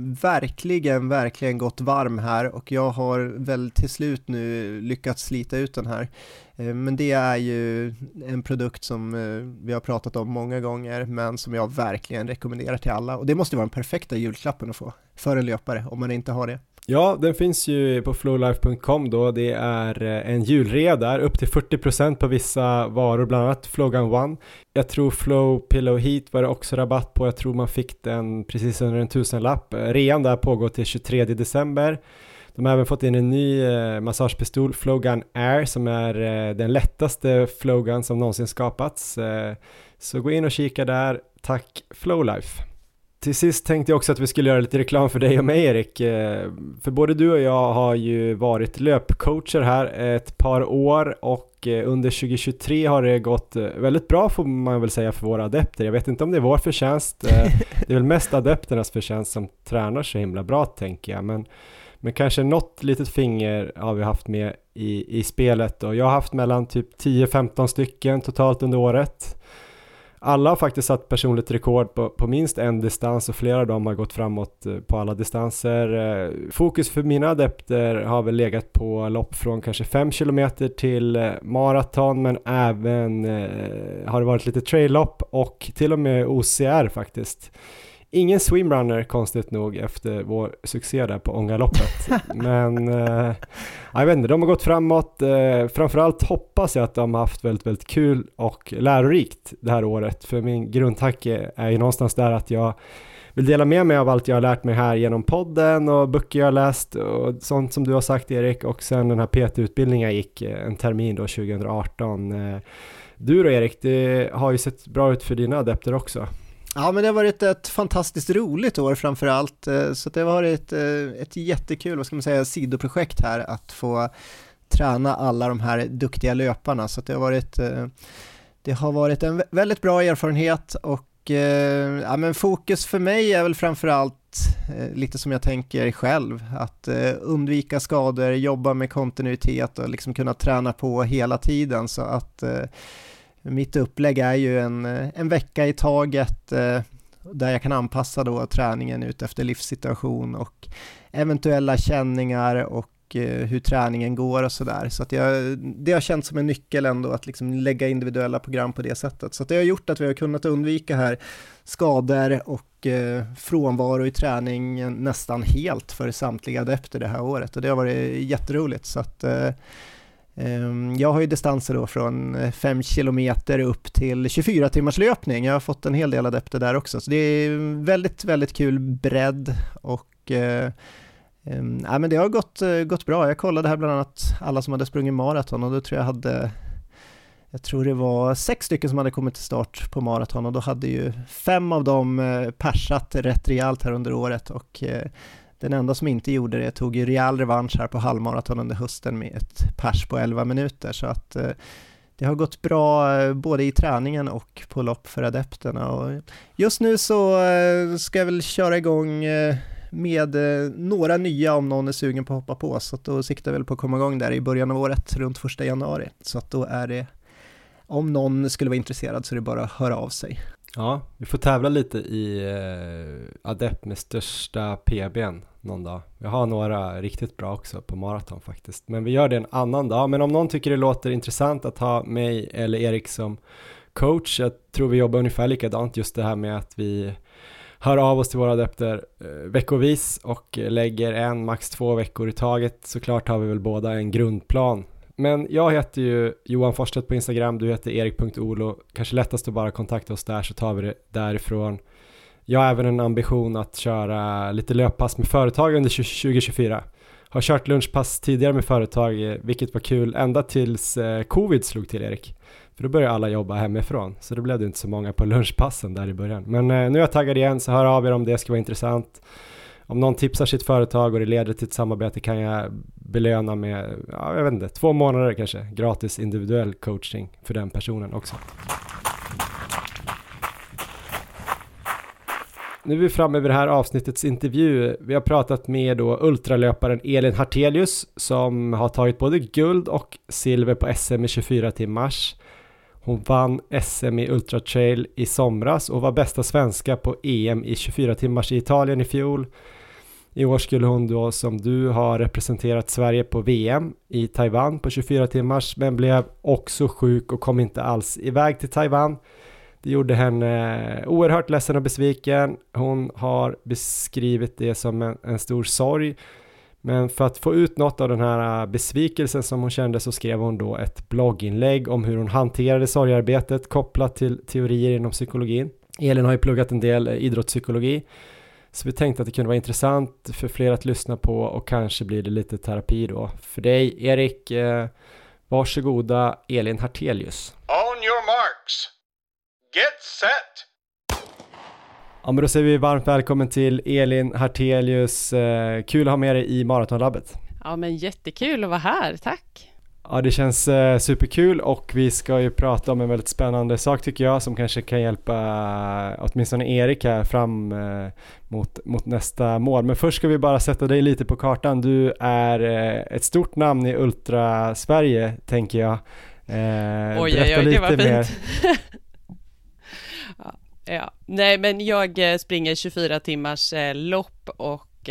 verkligen gått varm här, och jag har väl till slut nu lyckats slita ut den här. Men det är ju en produkt som vi har pratat om många gånger, men som jag verkligen rekommenderar till alla, och det måste vara den perfekta julklappen att få för en löpare om man inte har det. Ja, den finns ju på flowlife.com då. Det är en julrea där, upp till 40% på vissa varor, bland annat Flowgun One. Jag tror Flowpillow Heat var det också rabatt på. Jag tror man fick den precis under en 1000-lapp. Rean där pågår till 23 december. De har även fått in en ny massagepistol, Flowgun Air, som är den lättaste Flowgun som någonsin skapats. Så gå in och kika där. Tack Flowlife. Till sist tänkte jag också att vi skulle göra lite reklam för dig och mig, Erik. För både du och jag har ju varit löpcoacher här ett par år, och under 2023 har det gått väldigt bra, får man väl säga, för våra adepter. Jag vet inte om det är vår förtjänst. Det är väl mest adepternas förtjänst som tränar så himla bra, tänker jag. Men kanske något litet finger har vi haft med i spelet. Och jag har haft mellan typ 10-15 stycken totalt under året. Alla har faktiskt satt personligt rekord på minst en distans och flera av dem har gått framåt på alla distanser. Fokus för mina adepter har väl legat på lopp från kanske 5 kilometer till maraton, men även har det varit lite trail-lopp och till och med OCR faktiskt. Ingen swimrunner konstigt nog efter vår succé där på Ångaloppet. Men jag vet inte, de har gått framåt. Framförallt hoppas jag att de har haft väldigt, väldigt kul och lärorikt det här året. För min grundtanke är ju någonstans där att jag vill dela med mig av allt jag har lärt mig här genom podden och böcker jag har läst och sånt som du har sagt, Erik. Och sen den här PT-utbildningen jag gick en termin då 2018. Du då, Erik, det har ju sett bra ut för dina adepter också. Ja, men det har varit ett fantastiskt roligt år framför allt, så det har varit ett jättekul, vad ska man säga, sidoprojekt här att få träna alla de här duktiga löparna, så att det har varit en väldigt bra erfarenhet och ja, men fokus för mig är väl framför allt lite som jag tänker själv, att undvika skador, jobba med kontinuitet och liksom kunna träna på hela tiden, så att mitt upplägg är ju en vecka i taget där jag kan anpassa då träningen ut efter livssituation och eventuella känningar och hur träningen går och sådär. Så att det har känts som en nyckel ändå att liksom lägga individuella program på det sättet. Så att det har gjort att vi har kunnat undvika här skador och frånvaro i träning nästan helt för samtliga adepter det här året. Och det har varit jätteroligt, så att jag har ju distanser då från 5 kilometer upp till 24 timmars löpning. Jag har fått en hel del adepter där också. Så det är väldigt, väldigt kul bredd och ja, men det har gått bra. Jag kollade här bland annat alla som hade sprungit maraton och då jag tror det var 6 stycken som hade kommit till start på maraton och då hade ju 5 av dem persat rätt rejält här under året och den enda som inte gjorde det tog ju rejäl revansch här på halvmaraton under hösten med ett pers på 11 minuter. Så att det har gått bra både i träningen och på lopp för adepterna. Och just nu så ska jag väl köra igång med några nya om någon är sugen på att hoppa på. Så att då siktar jag väl på att komma igång där i början av året runt 1 januari. Så att då är det, om någon skulle vara intresserad så är det bara att höra av sig. Ja, vi får tävla lite i adept med största PB:n någon dag. Jag har några riktigt bra också på maraton faktiskt. Men vi gör det en annan dag. Men om någon tycker det låter intressant att ha mig eller Erik som coach. Jag tror vi jobbar ungefär likadant, just det här med att vi hör av oss till våra adepter veckovis och lägger max 2 veckor i taget. Såklart har vi väl båda en grundplan. Men jag heter ju Johan Forsstedt på Instagram, du heter Erik.olo. Kanske lättast att bara kontakta oss där så tar vi det därifrån. Jag har även en ambition att köra lite löppass med företag under 2024. Har kört lunchpass tidigare med företag, vilket var kul ända tills covid slog till, Erik. För då började alla jobba hemifrån, så det blev det inte så många på lunchpassen där i början. Men nu är jag taggad igen, så hör av er om det ska vara intressant. Om någon tipsar sitt företag och det leder till ett samarbete kan jag belöna med, jag vet inte, 2 månader kanske, gratis individuell coaching för den personen också. Nu är vi framme vid det här avsnittets intervju. Vi har pratat med då ultralöparen Elin Hartelius som har tagit både guld och silver på SM i 24 timmars. Hon vann SM i ultratrail i somras och var bästa svenska på EM i 24 timmars i Italien i fjol. I år skulle hon då, som du, har representerat Sverige på VM i Taiwan på 24 timmars, men blev också sjuk och kom inte alls iväg till Taiwan. Det gjorde henne oerhört ledsen och besviken. Hon har beskrivit det som en stor sorg. Men för att få ut något av den här besvikelsen som hon kände så skrev hon då ett blogginlägg om hur hon hanterade sorgarbetet kopplat till teorier inom psykologin. Elin har ju pluggat en del idrottspsykologi. Så vi tänkte att det kunde vara intressant för fler att lyssna på och kanske blir det lite terapi då. För dig, Erik, varsågoda Elin Hartelius. On your marks. Get set! Ja, men då säger vi varmt välkommen till Elin Hartelius. Kul att ha med dig i Maratonlabbet. Ja, men jättekul att vara här, tack. Ja, det känns superkul och vi ska ju prata om en väldigt spännande sak tycker jag som kanske kan hjälpa åtminstone Erik här fram mot nästa mål. Men först ska vi bara sätta dig lite på kartan. Du är ett stort namn i Ultra Sverige tänker jag. Oj, det var fint. Ja. Nej, men jag springer 24 timmars lopp och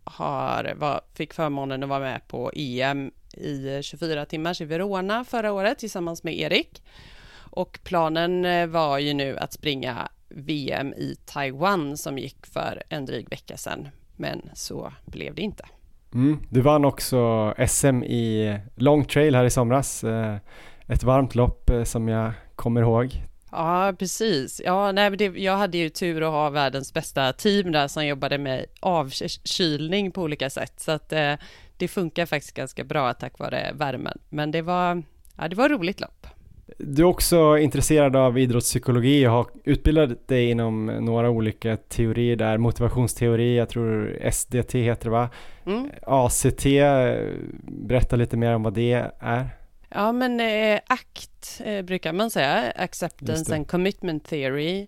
fick förmånen att vara med på EM i 24 timmars i Verona förra året tillsammans med Erik. Och planen var ju nu att springa VM i Taiwan som gick för en dryg vecka sedan. Men så blev det inte. Du vann också SM i long trail här i somras. Ett varmt lopp som jag kommer ihåg. Ja, precis. Ja, jag hade ju tur att ha världens bästa team där som jobbade med avkylning på olika sätt. Så att det funkar faktiskt ganska bra tack vare värmen. Men det var roligt lopp. Du är också intresserad av idrottspsykologi och har utbildat dig inom några olika teorier där. Motivationsteori, jag tror SDT heter det, va? ACT, berätta lite mer om vad det är. Ja, men ACT brukar man säga, Acceptance and Commitment Theory,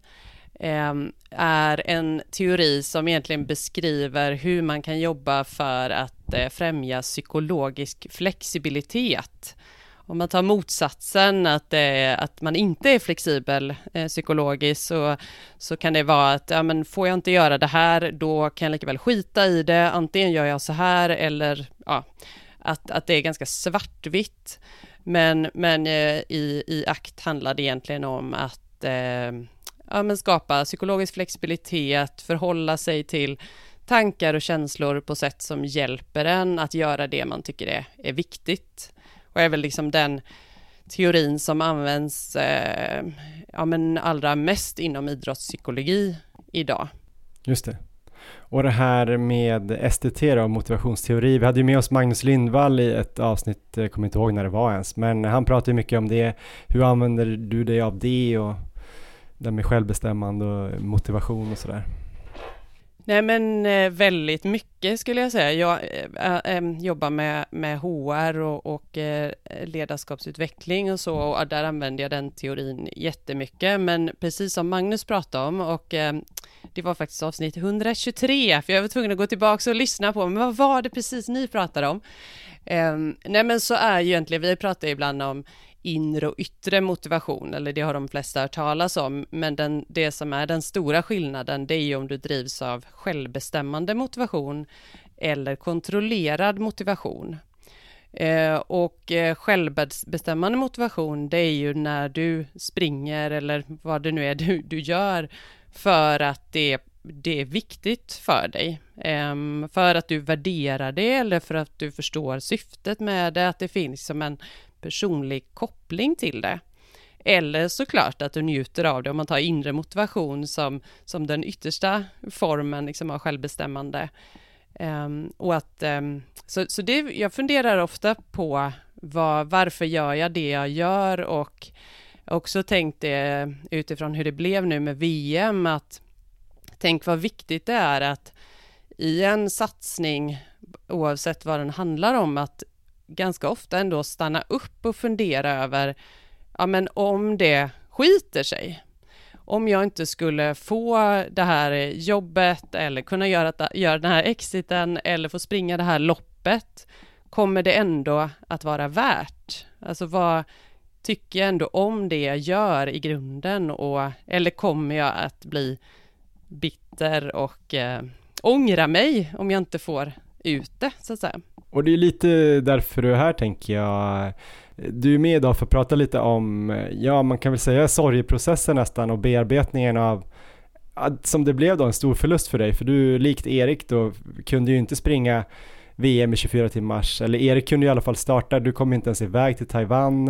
är en teori som egentligen beskriver hur man kan jobba för att främja psykologisk flexibilitet. Om man tar motsatsen att man inte är flexibel psykologiskt så kan det vara att får jag inte göra det här, då kan jag lika väl skita i det. Antingen gör jag så här eller att det är ganska svartvitt. Men i ACT handlar det egentligen om att skapa psykologisk flexibilitet, förhålla sig till tankar och känslor på sätt som hjälper en att göra det man tycker är viktigt. Och är väl liksom den teorin som används allra mest inom idrottspsykologi idag. Just det. Och det här med STT då, motivationsteori. Vi hade ju med oss Magnus Lindvall i ett avsnitt, jag kommer inte ihåg när det var ens. Men han pratade ju mycket om det. Hur använder du dig av det och det med självbestämmande och motivation och sådär? Nej, men väldigt mycket skulle jag säga. Jag jobbar med HR och ledarskapsutveckling och så, och där använder jag den teorin jättemycket. Men precis som Magnus pratade om, och det var faktiskt avsnitt 123, för jag var tvungen att gå tillbaka och lyssna på, men vad var det precis ni pratade om? Nej, men så är ju egentligen, vi pratar ibland om inre och yttre motivation, eller det har de flesta hört talas om, men det som är den stora skillnaden, det är ju om du drivs av självbestämmande motivation eller kontrollerad motivation. Och självbestämmande motivation, det är ju när du springer eller vad det nu är du gör för att det är viktigt för dig, för att du värderar det eller för att du förstår syftet med det, att det finns som en personlig koppling till det. Eller såklart att du njuter av det, om man tar inre motivation som den yttersta formen liksom av självbestämmande. Och att, så det, jag funderar ofta på varför gör jag det jag gör, och också tänkte utifrån hur det blev nu med VM, att tänk vad viktigt det är att i en satsning, oavsett vad den handlar om, att ganska ofta ändå stanna upp och fundera över, men om det skiter sig, om jag inte skulle få det här jobbet eller kunna göra den här exiten eller få springa det här loppet, kommer det ändå att vara värt? Alltså vad tycker jag ändå om det jag gör i grunden, eller kommer jag att bli bitter och ångra mig om jag inte får ut det, så att säga. Och det är lite därför du är här, tänker jag. Du är med idag för att prata lite om, man kan väl säga sorgeprocessen nästan, och bearbetningen av, som det blev då, en stor förlust för dig. För du, likt Erik då, kunde ju inte springa VM i 24 timmars, eller Erik kunde i alla fall starta, du kom inte ens iväg till Taiwan,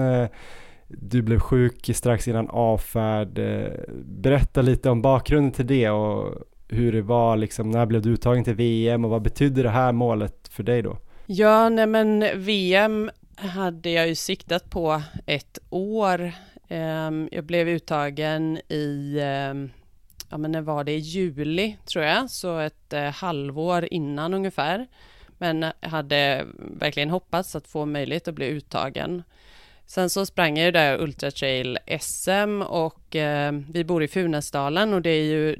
du blev sjuk strax innan avfärd. Berätta lite om bakgrunden till det och hur det var, liksom, när blev du uttagen till VM och vad betydde det här målet för dig då? Ja, nej, men VM hade jag ju siktat på ett år. Jag blev uttagen i, när var det, i juli tror jag, så ett halvår innan ungefär. Men hade verkligen hoppats att få möjlighet att bli uttagen. Sen så sprang jag ju där Ultra Trail SM, och vi bor i Funäsdalen, och det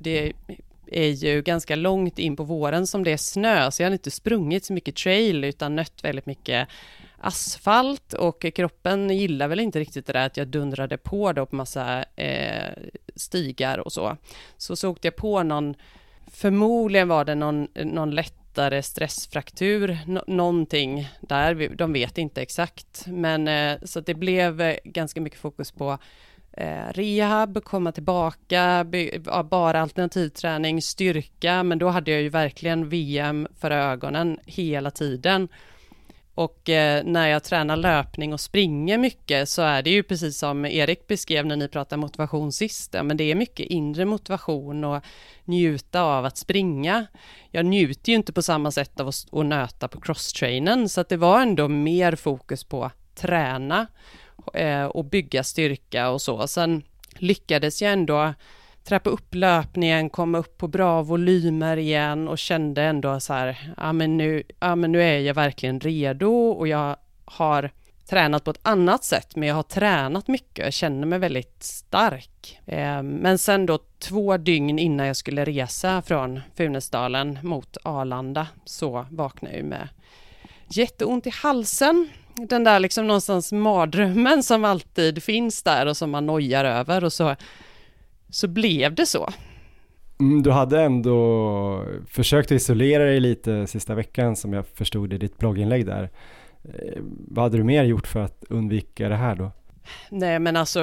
är ju ganska långt in på våren som det är snö, så jag har inte sprungit så mycket trail utan nött väldigt mycket asfalt och kroppen gillar väl inte riktigt det där att jag dundrade på då på massa stigar och så. Så åkte jag på förmodligen var det någon lättare stressfraktur, någonting där, de vet inte exakt. Men så det blev ganska mycket fokus på rehab, komma tillbaka, bara alternativträning, styrka, men då hade jag ju verkligen VM för ögonen hela tiden. Och när jag tränar löpning och springer mycket så är det ju precis som Erik beskrev när ni pratade motivation sist, men det är mycket inre motivation och njuta av att springa. Jag njuter ju inte på samma sätt av att nöta på crosstrainen, så att det var ändå mer fokus på träna och bygga styrka och så. Sen lyckades jag ändå trappa upp löpningen, komma upp på bra volymer igen och kände ändå så här, men nu är jag verkligen redo och jag har tränat på ett annat sätt, men jag har tränat mycket, jag känner mig väldigt stark. Men sen då 2 dygn innan jag skulle resa från Funäsdalen mot Arlanda så vaknade jag med jätteont i halsen. Den där liksom någonstans mardrömmen som alltid finns där och som man nojar över, och så blev det så. Du hade ändå försökt isolera dig lite sista veckan som jag förstod i ditt blogginlägg där. Vad hade du mer gjort för att undvika det här då? Nej, men alltså,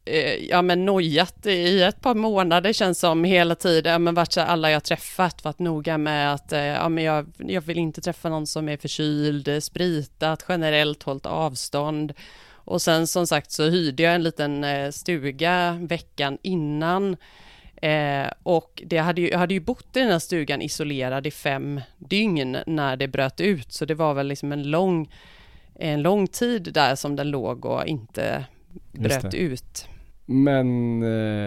nojat i ett par månader känns som hela tiden, men vart så alla jag träffat varit noga med att jag vill inte träffa någon som är förkyld, spritat, generellt hållit avstånd. Och sen som sagt så hyrde jag en liten stuga veckan innan och jag hade ju bott i den här stugan isolerad i 5 dygn när det bröt ut, så det var väl liksom en lång tid där som den låg och inte bröt ut. Men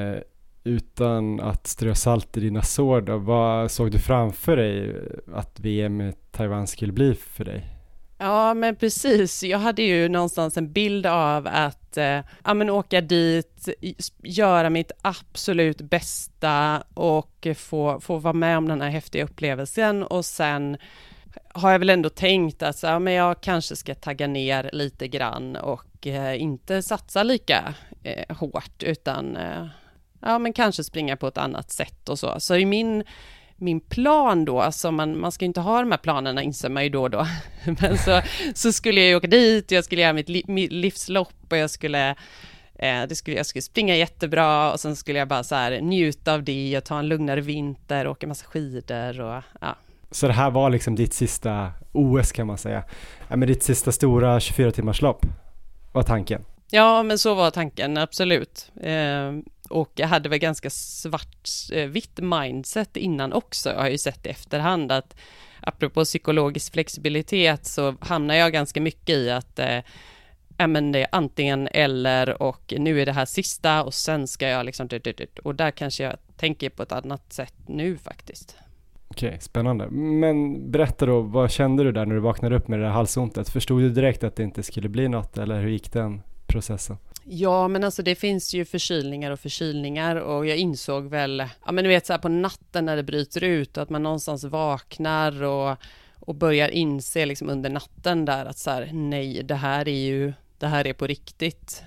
utan att strö salt i dina sår då, vad såg du framför dig att VM i Taiwan skulle bli för dig? Ja, men precis. Jag hade ju någonstans en bild av att åka dit, göra mitt absolut bästa och få vara med om den här häftiga upplevelsen, och sen har jag väl ändå tänkt att jag kanske ska tagga ner lite grann och inte satsa lika hårt, utan men kanske springa på ett annat sätt och så. Så i min plan då, alltså man ska inte ha de här planerna, inser man ju då. Men så skulle jag åka dit, jag skulle göra mitt livslopp och jag skulle springa jättebra, och sen skulle jag bara så här njuta av det och ta en lugnare vinter, åka massa skidor och ja. Så det här var liksom ditt sista OS kan man säga. Men ditt sista stora 24-timmarslopp var tanken. Ja, men så var tanken, absolut. Och jag hade väl ganska vitt mindset innan också. Jag har ju sett i efterhand att apropå psykologisk flexibilitet så hamnar jag ganska mycket i att det är antingen eller, och nu är det här sista och sen ska jag liksom och där kanske jag tänker på ett annat sätt nu faktiskt. Okej, spännande. Men berätta då, vad kände du där när du vaknade upp med det här halsontet? Förstod du direkt att det inte skulle bli något, eller hur gick den processen? Ja, men alltså det finns ju förkylningar och jag insåg väl, du vet så här på natten när det bryter ut, att man någonstans vaknar och börjar inse liksom under natten där att så här, nej, det här är på riktigt.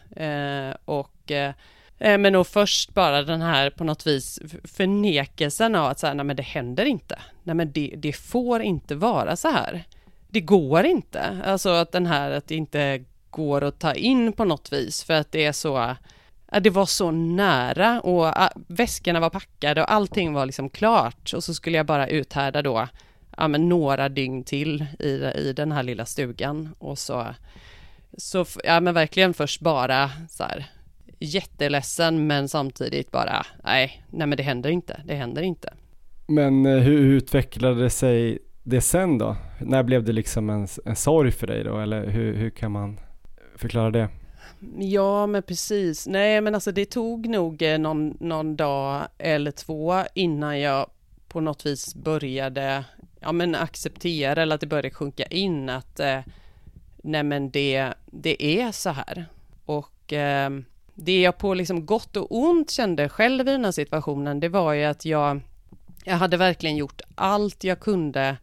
Men då först bara den här på något vis förnekelsen av att så här, nej men det händer inte. Nej men det får inte vara så här. Det går inte. Alltså att det inte går att ta in på något vis, för att det är så, det var så nära och väskorna var packade och allting var liksom klart, och så skulle jag bara uthärda då några dygn till i den här lilla stugan, och så verkligen först bara så här jätteledsen, men samtidigt bara nej men det händer inte. Men hur utvecklade sig det sen då? När blev det liksom en sorg för dig då, eller hur kan man förklara det? Ja, men precis. Nej, men alltså det tog nog någon dag eller 2 innan jag på något vis började acceptera, eller att det började sjunka in att nej men det är så här. Och det jag på liksom gott och ont kände själv i den här situationen, det var ju att jag hade verkligen gjort allt jag kunde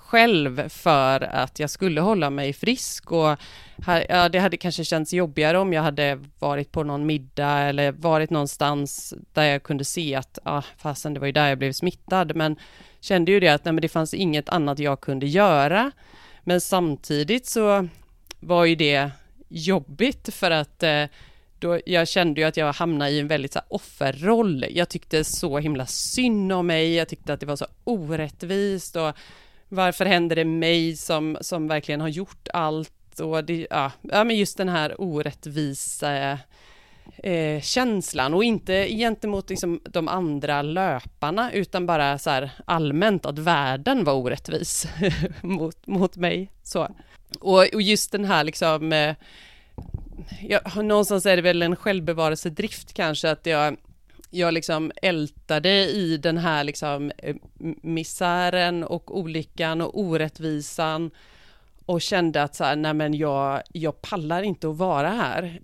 själv för att jag skulle hålla mig frisk. Och det hade kanske känts jobbigare om jag hade varit på någon middag eller varit någonstans där jag kunde se att fastän det var ju där jag blev smittad. Men kände ju det att det fanns inget annat jag kunde göra. Men samtidigt så var ju det jobbigt för att då jag kände ju att jag hamnade i en väldigt så här, offerroll. Jag tyckte så himla synd om mig. Jag tyckte att det var så orättvist. Och varför händer det mig som verkligen har gjort allt? Och det, men just den här orättvisa känslan. Och inte gentemot liksom, de andra löparna utan bara så här, allmänt att världen var orättvis mot mig. Så. Och just den här liksom... någonstans är det väl en självbevarelsedrift kanske att jag liksom ältade i den här liksom misären och olyckan och orättvisan och kände att så här, nej men jag pallar inte att vara här.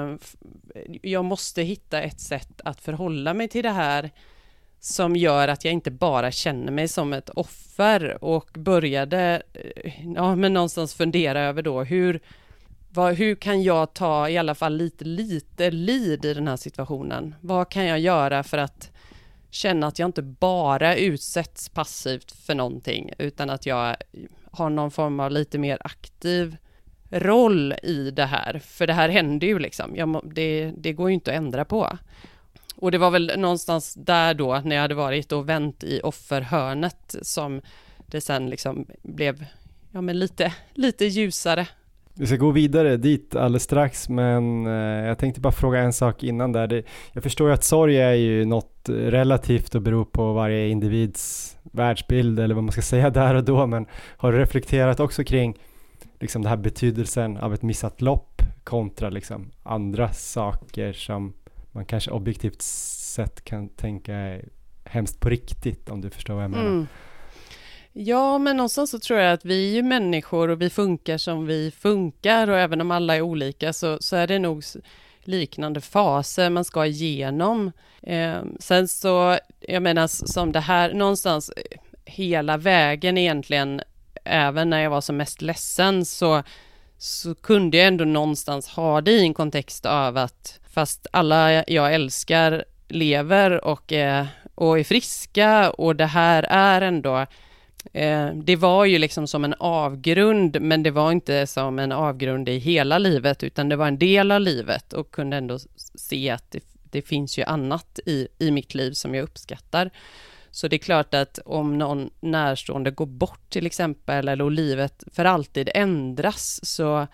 Jag måste hitta ett sätt att förhålla mig till det här som gör att jag inte bara känner mig som ett offer och började men någonstans fundera över då hur kan jag ta i alla fall lite lid i den här situationen? Vad kan jag göra för att känna att jag inte bara utsätts passivt för någonting utan att jag har någon form av lite mer aktiv roll i det här. För det här händer ju liksom. Det går ju inte att ändra på. Och det var väl någonstans där då när jag hade varit och vänt i offerhörnet som det sen liksom blev lite ljusare. Vi ska gå vidare dit alldeles strax, men jag tänkte bara fråga en sak innan där. Jag förstår ju att sorg är ju något relativt och beror på varje individs världsbild eller vad man ska säga där och då, men har du reflekterat också kring liksom den här betydelsen av ett missat lopp kontra liksom andra saker som man kanske objektivt sett kan tänka är hemskt på riktigt, om du förstår vad jag menar? Ja, men någonstans så tror jag att vi är ju människor och vi funkar som vi funkar och även om alla är olika så är det nog liknande faser man ska igenom. Sen så, jag menar som det här någonstans hela vägen egentligen, även när jag var som mest ledsen så kunde jag ändå någonstans ha det i en kontext av att fast alla jag älskar lever och är friska och det här är ändå det var ju liksom som en avgrund, men det var inte som en avgrund i hela livet utan det var en del av livet och kunde ändå se att det finns ju annat i mitt liv som jag uppskattar. Så det är klart att om någon närstående går bort till exempel eller livet för alltid ändras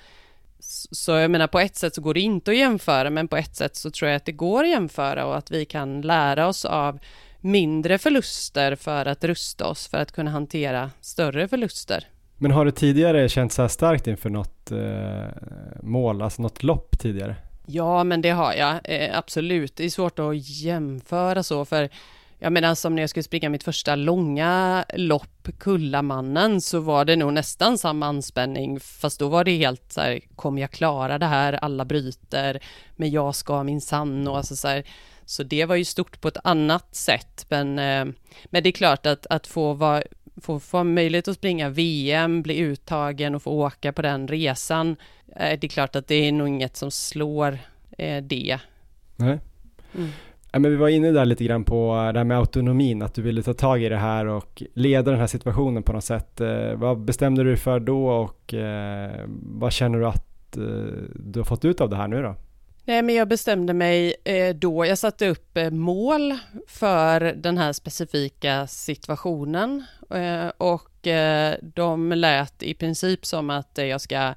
så jag menar på ett sätt så går det inte att jämföra, men på ett sätt så tror jag att det går att jämföra och att vi kan lära oss av mindre förluster för att rusta oss för att kunna hantera större förluster. Men har du tidigare känt så här starkt inför något mål, alltså något lopp tidigare? Ja, men det har jag absolut. Det är svårt att jämföra så, för jag menar som när jag skulle springa mitt första långa lopp, Kullamannen, så var det nog nästan samma anspänning, fast då var det helt så här, kommer jag klara det här, alla bryter, men jag ska minsann och alltså så här. Så det var ju stort på ett annat sätt, men det är klart att få möjlighet att springa VM, bli uttagen och få åka på den resan, det är klart att det är nog inget som slår det. Nej. Ja, men vi var inne där lite grann på det här med autonomin, att du ville ta tag i det här och leda den här situationen på något sätt. Vad bestämde du för då och vad känner du att du har fått ut av det här nu då? Nej, men jag bestämde mig då, jag satte upp mål för den här specifika situationen och de lät i princip som att jag ska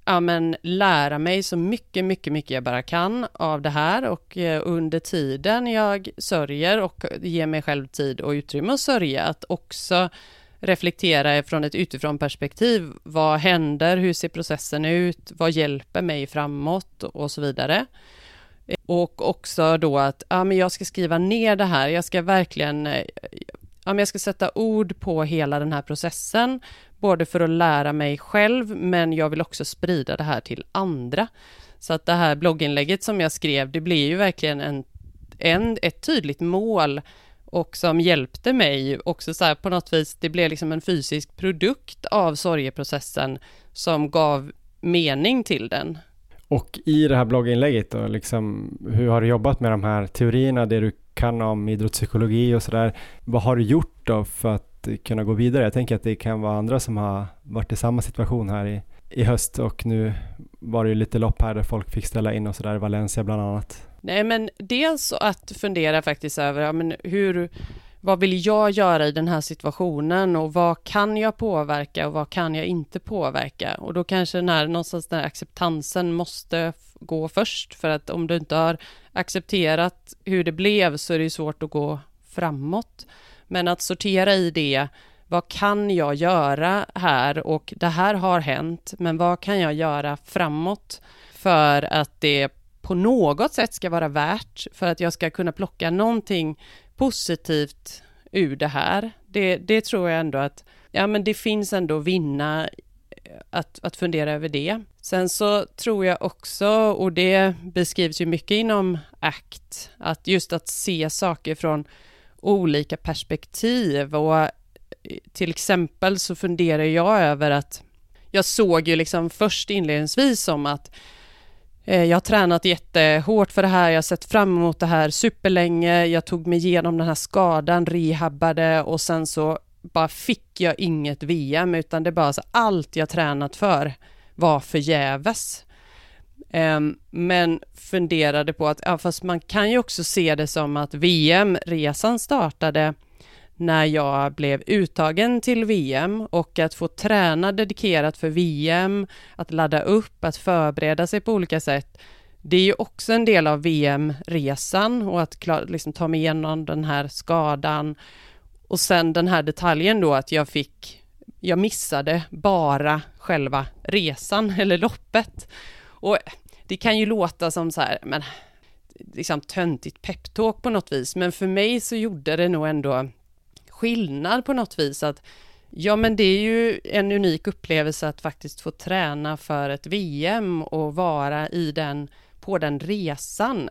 lära mig så mycket jag bara kan av det här och under tiden jag sörjer och ger mig själv tid och utrymme att sörja, att också reflektera från ett utifrån perspektiv. Vad händer? Hur ser processen ut? Vad hjälper mig framåt? Och så vidare. Och också då att jag ska skriva ner det här. Jag ska verkligen jag ska sätta ord på hela den här processen. Både för att lära mig själv, men jag vill också sprida det här till andra. Så att det här blogginlägget som jag skrev, det blir ju verkligen ett tydligt mål och som hjälpte mig också så här på något vis. Det blev liksom en fysisk produkt av sorgeprocessen som gav mening till den. Och i det här blogginlägget då, liksom, hur har du jobbat med de här teorierna, det du kan om idrottspsykologi och sådär? Vad har du gjort då för att kunna gå vidare? Jag tänker att det kan vara andra som har varit i samma situation här i höst, och nu var det ju lite lopp här där folk fick ställa in och sådär, Valencia bland annat. Nej, men dels att fundera faktiskt över vad vill jag göra i den här situationen, och vad kan jag påverka och vad kan jag inte påverka, och då kanske den här acceptansen måste gå först, för att om du inte har accepterat hur det blev så är det svårt att gå framåt. Men att sortera i det, vad kan jag göra här, och det här har hänt, men vad kan jag göra framåt för att det på något sätt ska vara värt, för att jag ska kunna plocka någonting positivt ur det här. Det tror jag ändå att men det finns ändå vinna att fundera över det. Sen så tror jag också, och det beskrivs ju mycket inom ACT, att just att se saker från olika perspektiv. Och till exempel så funderar jag över att jag såg ju liksom först inledningsvis som att jag har tränat jättehårt för det här, jag har sett fram emot det här superlänge, jag tog mig igenom den här skadan, rehabbade, och sen så bara fick jag inget VM, utan det bara så allt jag tränat för var förgäves. Men funderade på att fast man kan ju också se det som att VM-resan startade när jag blev uttagen till VM, och att få träna dedikerat för VM, att ladda upp, att förbereda sig på olika sätt. Det är ju också en del av VM-resan, och att liksom ta mig igenom den här skadan. Och sen den här detaljen då att jag missade bara själva resan eller loppet. Och det kan ju låta som så här, men liksom töntigt peptalk på något vis, men för mig så gjorde det nog ändå skillnad på något vis, att men det är ju en unik upplevelse att faktiskt få träna för ett VM och vara på den resan.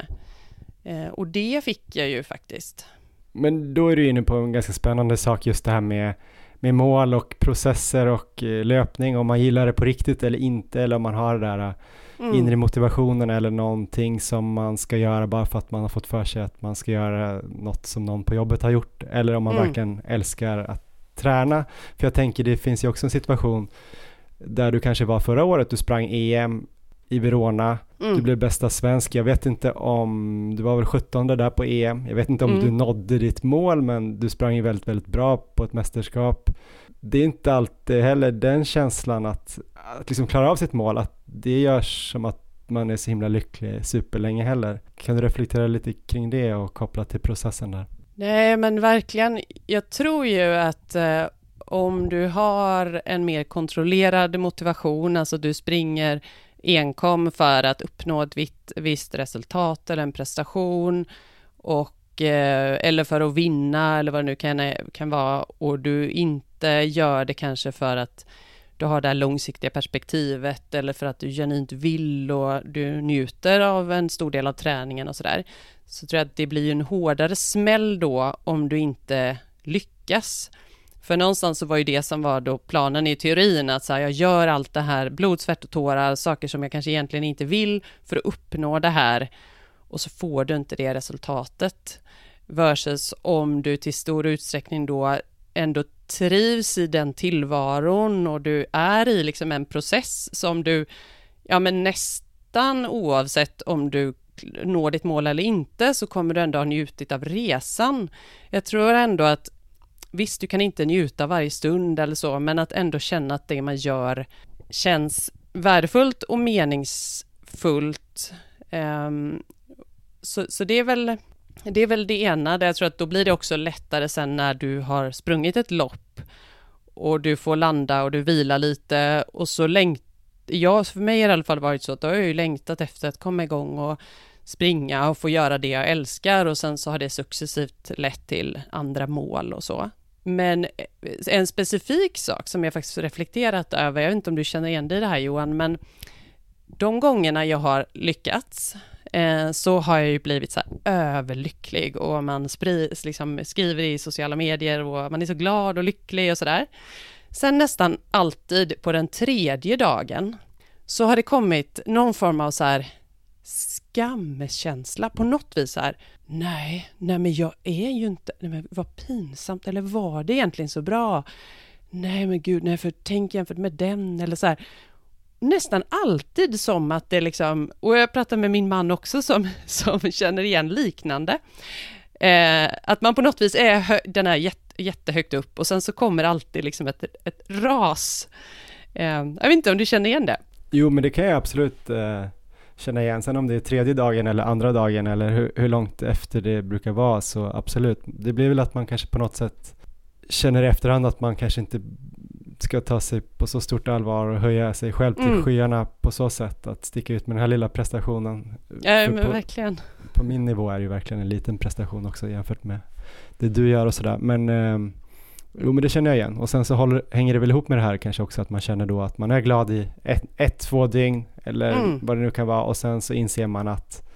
Och det fick jag ju faktiskt. Men då är du inne på en ganska spännande sak, just det här med mål och processer och löpning, om man gillar det på riktigt eller inte, eller om man har det där inre motivationen eller någonting som man ska göra bara för att man har fått för sig att man ska göra något som någon på jobbet har gjort, eller om man verkligen älskar att träna. För jag tänker, det finns ju också en situation där du kanske var förra året, du sprang EM i Verona, du blev bästa svensk, jag vet inte om du var väl 17:e där på EM, jag vet inte om du nådde ditt mål, men du sprang ju väldigt, väldigt bra på ett mästerskap. Det är inte alltid heller den känslan att liksom klara av sitt mål, att det görs som att man är så himla lycklig superlänge heller. Kan du reflektera lite kring det och koppla till processen där? Nej, men verkligen. Jag tror ju att om du har en mer kontrollerad motivation, alltså du springer enkom för att uppnå ett visst resultat eller en prestation, och eller för att vinna eller vad det nu kan vara, och du inte gör det kanske för att du har det här långsiktiga perspektivet, eller för att du genuint vill och du njuter av en stor del av träningen och sådär, så tror jag att det blir en hårdare smäll då om du inte lyckas. För någonstans så var ju det som var då planen i teorin, att så här, jag gör allt det här, blod, svett och tårar, saker som jag kanske egentligen inte vill för att uppnå det här, och så får du inte det resultatet. Versus om du till stor utsträckning då ändå trivs i den tillvaron, och du är i liksom en process som du, men nästan oavsett om du når ditt mål eller inte, så kommer du ändå ha njutit av resan. Jag tror ändå att visst, du kan inte njuta varje stund eller så, men att ändå känna att det man gör känns värdefullt och meningsfullt. Så det är väl det ena, där jag tror att då blir det också lättare sen när du har sprungit ett lopp och du får landa och du vilar lite, och så för mig har det i alla fall varit så att då har jag ju längtat efter att komma igång och springa och få göra det jag älskar, och sen så har det successivt lett till andra mål och så. Men en specifik sak som jag faktiskt reflekterat över, jag vet inte om du känner igen dig i det här, Johan, men de gångerna jag har lyckats så har jag ju blivit så här överlycklig och man liksom skriver i sociala medier och man är så glad och lycklig och sådär. Sen nästan alltid på den 3:e dagen så har det kommit någon form av så här skamkänsla på något vis här. Nej men jag är ju inte, nej men vad pinsamt, eller var det egentligen så bra? Nej men gud, nej för tänk jämfört med den eller så här. Nästan alltid som att det liksom, och jag pratar med min man också som känner igen liknande. Att man på något vis är den här jättehögt upp och sen så kommer alltid liksom ett ras. Jag vet inte om du känner igen det? Jo, men det kan jag absolut känna igen. Sen om det är 3:e dagen eller 2:a dagen eller hur långt efter det brukar vara, så absolut. Det blir väl att man kanske på något sätt känner i efterhand att man kanske inte ska ta sig på så stort allvar och höja sig själv till skyarna på så sätt, att sticka ut med den här lilla prestationen. Ja, men verkligen. På min nivå är det ju verkligen en liten prestation också jämfört med det du gör och sådär. Men men det känner jag igen. Och sen så hänger det väl ihop med det här kanske också, att man känner då att man är glad i 1-2 dygn eller vad det nu kan vara, och sen så inser man att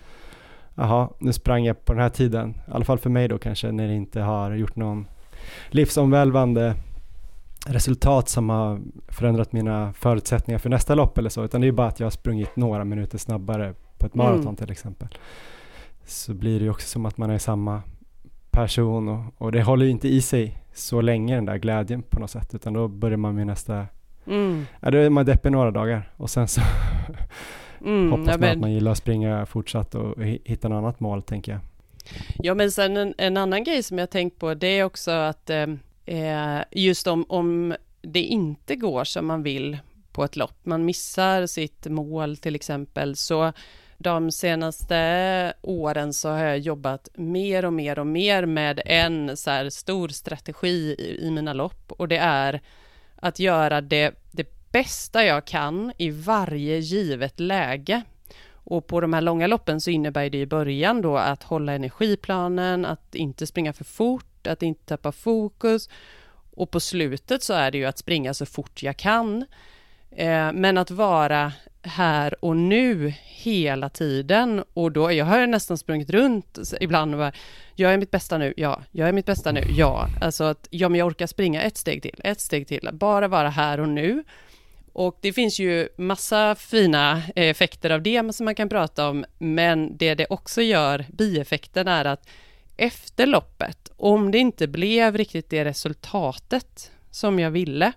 nu sprang jag på den här tiden, i alla fall för mig då kanske, när det inte har gjort någon livsomvälvande resultat som har förändrat mina förutsättningar för nästa lopp eller så, utan det är bara att jag har sprungit några minuter snabbare på ett maraton till exempel. Så blir det ju också som att man är samma person och det håller ju inte i sig så länge, den där glädjen på något sätt, utan då börjar man med nästa då är man deppig några dagar och sen så hoppas man att man gillar att springa fortsatt och hitta något annat mål, tänker jag. Ja, men sen en annan grej som jag tänkt på, det är också att just om det inte går som man vill på ett lopp, man missar sitt mål till exempel, så de senaste åren så har jag jobbat mer och mer med en så här stor strategi i mina lopp, och det är att göra det bästa jag kan i varje givet läge. Och på de här långa loppen så innebär det i början då att hålla energiplanen, att inte springa för fort, att inte tappa fokus, och på slutet så är det ju att springa så fort jag kan, men att vara här och nu hela tiden. Och då, jag har nästan sprungit runt ibland och bara, jag är mitt bästa nu, ja, jag är mitt bästa nu, ja. Alltså att men jag orkar springa ett steg till, bara vara här och nu. Och det finns ju massa fina effekter av det som man kan prata om, men det också gör, bieffekten, är att efter loppet, om det inte blev riktigt det resultatet som jag ville,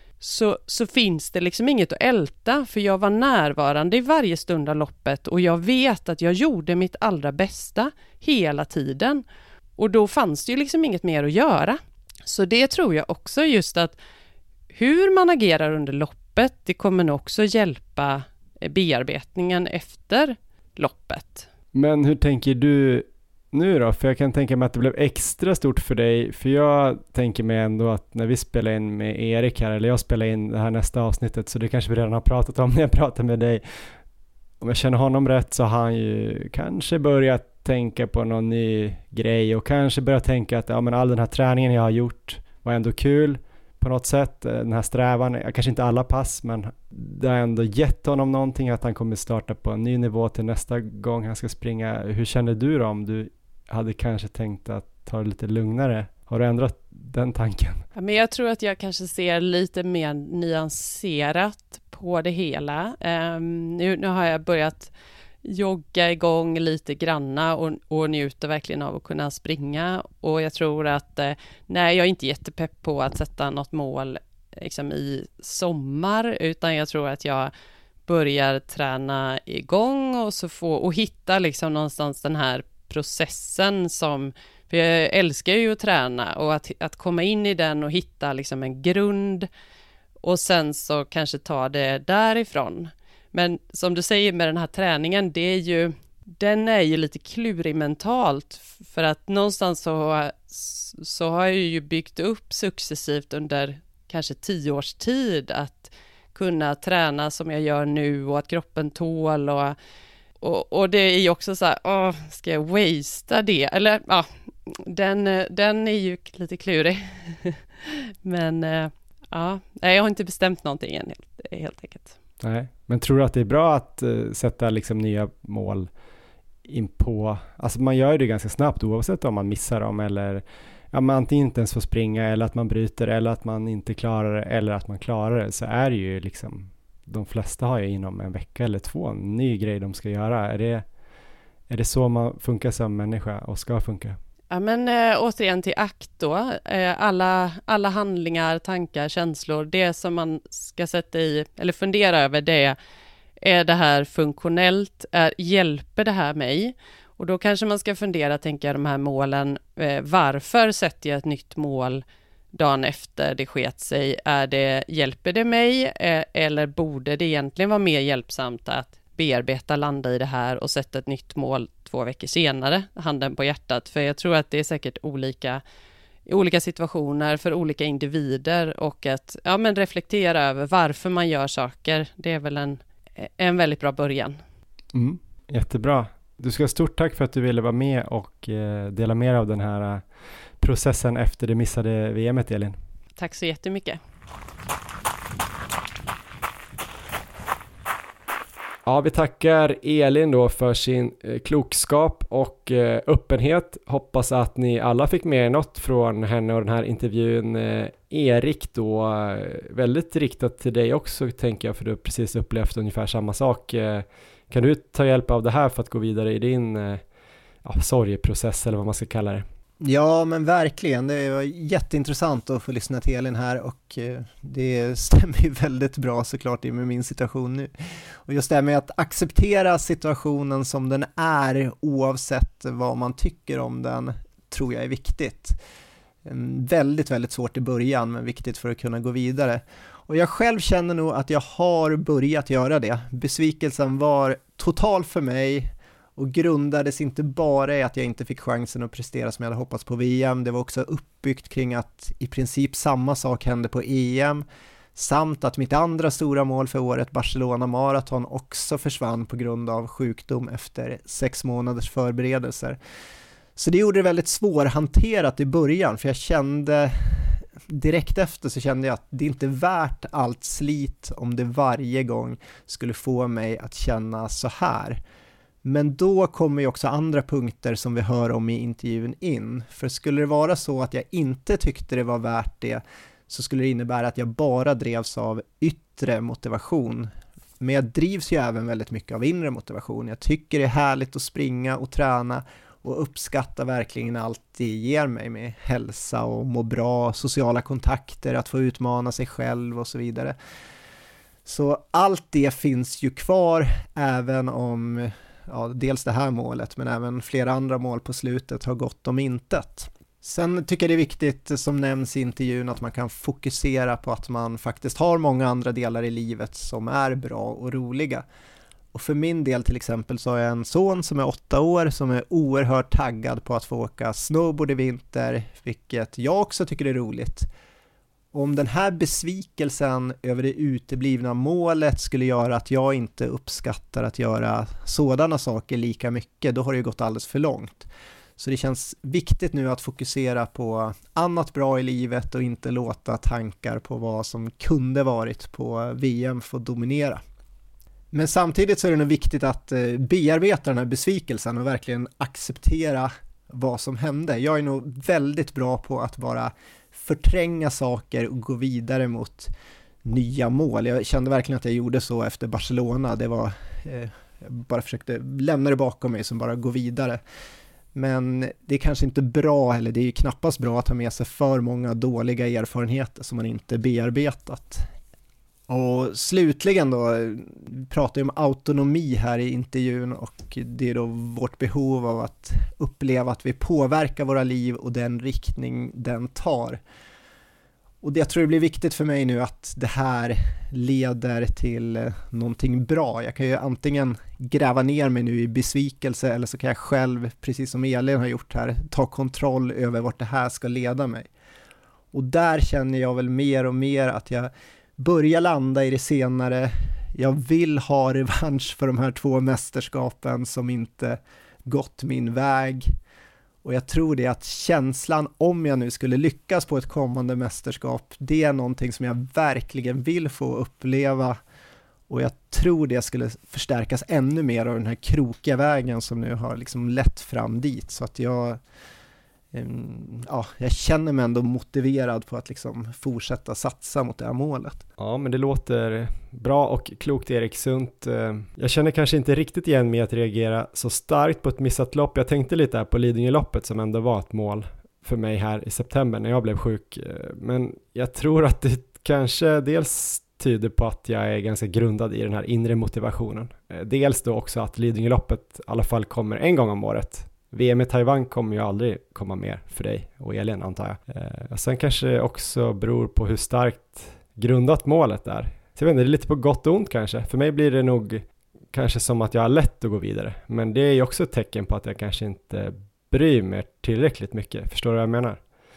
så finns det liksom inget att älta, för jag var närvarande i varje stund av loppet och jag vet att jag gjorde mitt allra bästa hela tiden, och då fanns det ju liksom inget mer att göra. Så det tror jag också, just att hur man agerar under loppet, det kommer nog också hjälpa bearbetningen efter loppet. Men hur tänker du nu då? För jag kan tänka mig att det blev extra stort för dig, för jag tänker mig ändå att när vi spelar in med Erik här, eller jag spelar in det här nästa avsnittet, så det kanske vi redan har pratat om när jag pratar med dig. Om jag känner honom rätt så har han ju kanske börjat tänka på någon ny grej och kanske börjat tänka att men all den här träningen jag har gjort var ändå kul på något sätt. Den här strävan, kanske inte alla pass, men det har ändå gett honom någonting, att han kommer starta på en ny nivå till nästa gång han ska springa. Hur känner du då, om du hade kanske tänkt att ta det lite lugnare? Har du ändrat den tanken? Ja, men jag tror att jag kanske ser lite mer nyanserat på det hela. Nu har jag börjat jogga igång lite granna och njuter verkligen av att kunna springa. Och jag tror att jag är inte jättepepp på att sätta något mål liksom i sommar, utan jag tror att jag börjar träna igång och hitta liksom någonstans den här processen för jag älskar ju att träna, och att komma in i den och hitta liksom en grund och sen så kanske ta det därifrån. Men som du säger med den här träningen, den är ju lite klurig mentalt, för att någonstans så har jag ju byggt upp successivt under kanske 10 års tid att kunna träna som jag gör nu, och att kroppen tål, och det är ju också så här, ska jag wastea det? Eller den är ju lite klurig. Men jag har inte bestämt någonting än, helt enkelt. Nej, men tror du att det är bra att sätta liksom nya mål in på, alltså man gör det ganska snabbt oavsett om man missar dem eller man antingen inte ens får springa eller att man bryter eller att man inte klarar det eller att man klarar det, så är det ju liksom, de flesta har ju inom en vecka eller 2 en ny grej de ska göra. Är det så man funkar som människa och ska funka? Ja, men återigen till akt då. Alla handlingar, tankar, känslor, det som man ska sätta i eller fundera över, det är det här funktionellt? Hjälper det här mig? Och då kanske man ska fundera, tänker jag, de här målen. Varför sätter jag ett nytt mål dagen efter det sket sig? Hjälper det mig? Eller borde det egentligen vara mer hjälpsamt att bearbeta, landa i det här och sätta ett nytt mål 2 veckor senare, handen på hjärtat? För jag tror att det är säkert olika situationer för olika individer, och att reflektera över varför man gör saker, det är väl en väldigt bra början. Jättebra. Du ska ha stort tack för att du ville vara med och dela mer av den här processen efter det missade VM:et, Elin. Tack så jättemycket. Ja, vi tackar Elin då för sin klokskap och öppenhet. Hoppas att ni alla fick med något från henne och den här intervjun. Erik då, väldigt riktat till dig också tänker jag, för du har precis upplevt ungefär samma sak. Kan du ta hjälp av det här för att gå vidare i din sorgeprocess eller vad man ska kalla det? Ja, men verkligen. Det var jätteintressant att få lyssna till Elin här, och det stämmer ju väldigt bra såklart med min situation nu. Och just det här med att acceptera situationen som den är oavsett vad man tycker om den tror jag är viktigt. Väldigt, väldigt svårt i början, men viktigt för att kunna gå vidare. Och jag själv känner nog att jag har börjat göra det. Besvikelsen var total för mig och grundades inte bara i att jag inte fick chansen att prestera som jag hade hoppats på VM. Det var också uppbyggt kring att i princip samma sak hände på EM, samt att mitt andra stora mål för året, Barcelona Marathon, också försvann på grund av sjukdom efter 6 månaders förberedelser. Så det gjorde det väldigt svårhanterat i början, för jag kände direkt efter så kände jag att det inte är värt allt slit om det varje gång skulle få mig att känna så här. Men då kommer ju också andra punkter som vi hör om i intervjun in. För skulle det vara så att jag inte tyckte det var värt det, så skulle det innebära att jag bara drevs av yttre motivation. Men jag drivs ju även väldigt mycket av inre motivation. Jag tycker det är härligt att springa och träna och uppskatta verkligen allt det ger mig med hälsa och må bra, sociala kontakter, att få utmana sig själv och så vidare. Så allt det finns ju kvar, även om dels det här målet, men även flera andra mål på slutet har gått om intet. Sen tycker jag det är viktigt, som nämns i intervjun, att man kan fokusera på att man faktiskt har många andra delar i livet som är bra och roliga. Och för min del till exempel så har jag en son som är 8 år som är oerhört taggad på att få åka snowboard i vinter, vilket jag också tycker är roligt. Om den här besvikelsen över det uteblivna målet skulle göra att jag inte uppskattar att göra sådana saker lika mycket, då har det ju gått alldeles för långt. Så det känns viktigt nu att fokusera på annat bra i livet och inte låta tankar på vad som kunde varit på VM få dominera. Men samtidigt så är det nog viktigt att bearbeta den här besvikelsen och verkligen acceptera vad som hände. Jag är nog väldigt bra på att bara förtränga saker och gå vidare mot nya mål. Jag kände verkligen att jag gjorde så efter Barcelona. Det var, jag bara försökte lämna det bakom mig som bara gå vidare. Men det är kanske inte bra, eller det är ju knappast bra att ha med sig för många dåliga erfarenheter som man inte bearbetat. Och slutligen då, vi pratar ju om autonomi här i intervjun, och det är då vårt behov av att uppleva att vi påverkar våra liv och den riktning den tar. Och det jag tror det blir viktigt för mig nu att det här leder till någonting bra. Jag kan ju antingen gräva ner mig nu i besvikelse, eller så kan jag själv, precis som Elin har gjort här, ta kontroll över vart det här ska leda mig. Och där känner jag väl mer och mer att jag börjar landa i det senare. Jag vill ha revansch för de här 2 mästerskapen som inte gått min väg. Och jag tror det att känslan, om jag nu skulle lyckas på ett kommande mästerskap, det är någonting som jag verkligen vill få uppleva. Och jag tror det skulle förstärkas ännu mer av den här krokiga vägen som nu har liksom lett fram dit. Så att jag känner mig ändå motiverad på att liksom fortsätta satsa mot det här målet. Ja, men det låter bra och klokt, Erik. Sunt. Jag känner kanske inte riktigt igen mig att reagera så starkt på ett missat lopp. Jag tänkte lite här på Lidingö-loppet som ändå var ett mål för mig här i september när jag blev sjuk. Men jag tror att det kanske dels tyder på att jag är ganska grundad i den här inre motivationen. Dels då också att Lidingö-loppet i alla fall kommer en gång om året. VM i Taiwan kommer ju aldrig komma mer för dig och Elin, antar jag. Sen kanske också beror på hur starkt grundat målet är. Så jag vet inte, det är lite på gott och ont kanske. För mig blir det nog kanske som att jag har lätt att gå vidare. Men det är ju också ett tecken på att jag kanske inte bryr mig tillräckligt mycket. Förstår du vad jag menar?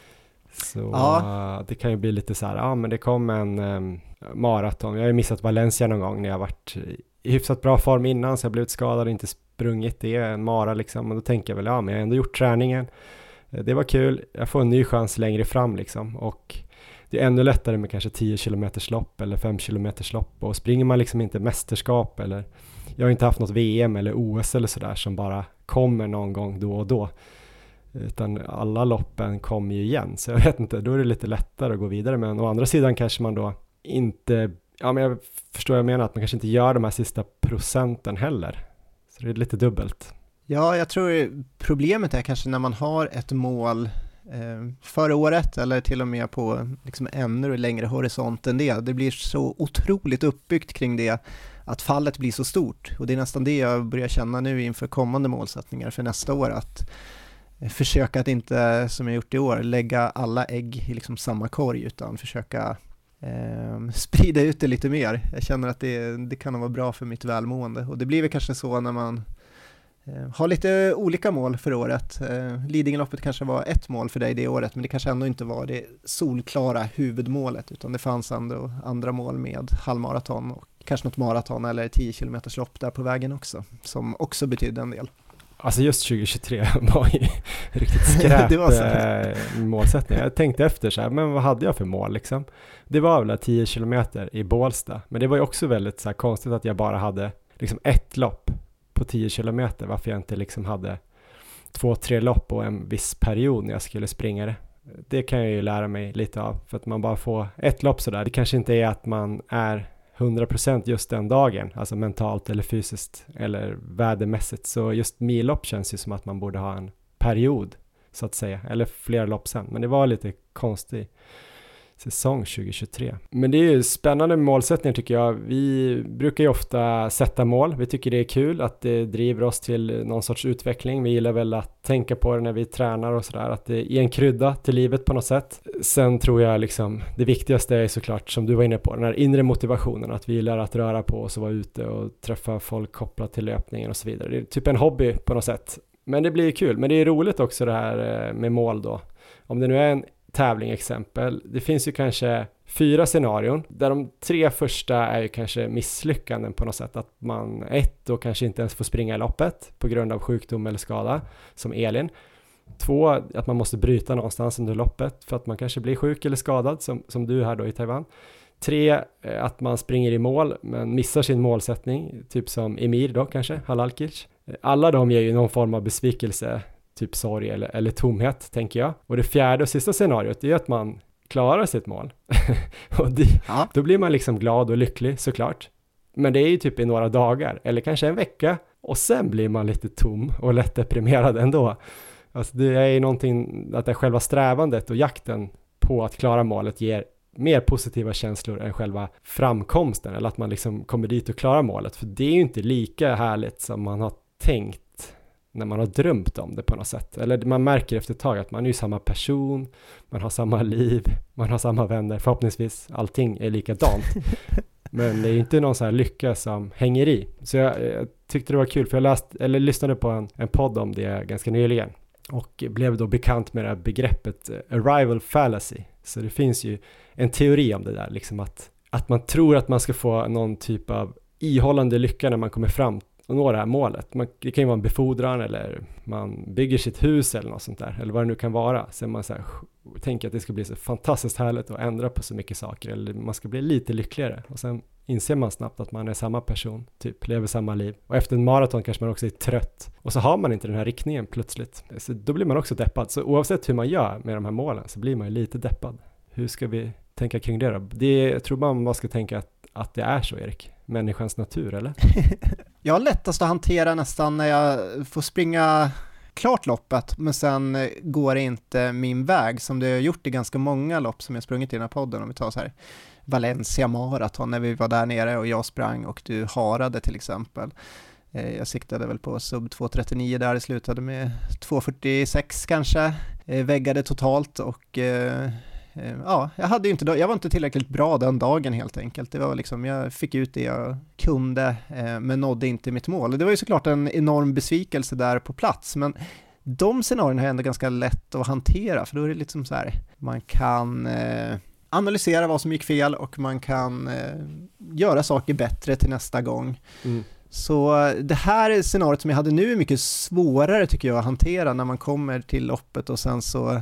Så det kan ju bli lite så här, men det kom en maraton. Jag har ju missat Valencia någon gång när jag varit i hyfsat bra form innan, så jag blev utskadad och inte sprungit det, en mara liksom. Och då tänker jag väl, men jag har ändå gjort träningen. Det var kul, jag får en ny chans längre fram liksom. Och det är ännu lättare med kanske 10 km lopp eller 5 km lopp. Och springer man liksom inte mästerskap eller, jag har inte haft något VM eller OS eller sådär som bara kommer någon gång då och då. Utan alla loppen kommer ju igen. Så jag vet inte, då är det lite lättare att gå vidare. Men å andra sidan kanske man då inte, men jag förstår vad jag menar, att man kanske inte gör de här sista procenten heller. Så det är lite dubbelt. Ja, jag tror problemet är kanske när man har ett mål förra året eller till och med på liksom ännu längre horisont än det. Det blir så otroligt uppbyggt kring det att fallet blir så stort. Och det är nästan det jag börjar känna nu inför kommande målsättningar för nästa år, att försöka att inte, som jag gjort i år, lägga alla ägg i liksom samma korg, utan försöka sprida ut det lite mer. Jag känner att det kan vara bra för mitt välmående, och det blir väl kanske så när man har lite olika mål för året. Lidingö-loppet kanske var ett mål för dig det året, men det kanske ändå inte var det solklara huvudmålet, utan det fanns ändå andra mål med halvmaraton och kanske något maraton eller 10 km lopp där på vägen också, som också betydde en del. Alltså just 2023 var ju riktigt skräp målsättning. Jag tänkte efter så här, men vad hade jag för mål liksom? Det var väl 10 kilometer i Bålsta, men det var ju också väldigt så här konstigt att jag bara hade liksom ett lopp på 10 kilometer, varför jag inte liksom hade 2-3 lopp och en viss period när jag skulle springa det. Det kan jag ju lära mig lite av, för att man bara får ett lopp sådär. Det kanske inte är att man är 100% just den dagen, alltså mentalt eller fysiskt eller vädermässigt. Så just millopp känns ju som att man borde ha en period så att säga, eller flera lopp sen. Men det var lite konstigt säsong 2023. Men det är ju spännande målsättningar tycker jag. Vi brukar ju ofta sätta mål. Vi tycker det är kul att det driver oss till någon sorts utveckling. Vi gillar väl att tänka på det när vi tränar och sådär. Att det är en krydda till livet på något sätt. Sen tror jag liksom det viktigaste är såklart, som du var inne på, den här inre motivationen. Att vi gillar att röra på oss och vara ute och träffa folk kopplat till löpningen och så vidare. Det är typ en hobby på något sätt. Men det blir kul. Men det är roligt också det här med mål då. Om det nu är en tävling exempel. Det finns ju kanske 4 scenarion där de 3 första är ju kanske misslyckanden på något sätt. Att man då kanske inte ens får springa i loppet på grund av sjukdom eller skada, som Elin. 2, att man måste bryta någonstans under loppet för att man kanske blir sjuk eller skadad som du här då i Taiwan. 3, att man springer i mål men missar sin målsättning, typ som Emir då kanske, Halalkic. Alla de ger ju någon form av besvikelse, typ sorg eller tomhet, tänker jag. Och det 4:e och sista scenariot är att man klarar sitt mål. Och då blir man liksom glad och lycklig såklart. Men det är ju typ i några dagar eller kanske en vecka, och sen blir man lite tom och lätt deprimerad ändå. Alltså det är ju någonting, att det är själva strävandet och jakten på att klara målet ger mer positiva känslor än själva framkomsten, eller att man liksom kommer dit och klarar målet. För det är ju inte lika härligt som man har tänkt när man har drömt om det på något sätt. Eller man märker efter ett tag att man är ju samma person, man har samma liv, man har samma vänner, förhoppningsvis allting är likadant. Men det är inte någon så här lycka som hänger i. Så jag tyckte det var kul, för jag lyssnade på en podd om det ganska nyligen och blev då bekant med det här begreppet arrival fallacy. Så det finns ju en teori om det där, liksom att man tror att man ska få någon typ av ihållande lycka när man kommer fram nå det här målet. Det kan ju vara en befordran eller man bygger sitt hus eller något sånt där, eller vad det nu kan vara. Så man så här, tänker att det ska bli så fantastiskt härligt att ändra på så mycket saker, eller man ska bli lite lyckligare, och sen inser man snabbt att man är samma person, typ lever samma liv, och efter en maraton kanske man också är trött, och så har man inte den här riktningen plötsligt, så då blir man också deppad. Så oavsett hur man gör med de här målen så blir man ju lite deppad. Hur ska vi tänka kring det då? Jag tror man ska tänka att det är så, Erik, människans natur, eller? Jag har lättast att hantera nästan när jag får springa klart loppet, men sen går det inte min väg, som det har gjort i ganska många lopp som jag sprungit i den här podden. Om vi tar så här Valencia maraton, när vi var där nere och jag sprang och du harade till exempel. Jag siktade väl på sub 2.39 där, det slutade med 2.46 kanske, väggade totalt, och ja, jag var inte tillräckligt bra den dagen helt enkelt. Det var liksom, jag fick ut det jag kunde, men nådde inte mitt mål. Det var ju såklart en enorm besvikelse där på plats, men de scenarierna är ändå ganska lätt att hantera, för då är det liksom så här, man kan analysera vad som gick fel och man kan göra saker bättre till nästa gång. Så det här scenariot som jag hade nu är mycket svårare tycker jag att hantera när man kommer till loppet, och sen så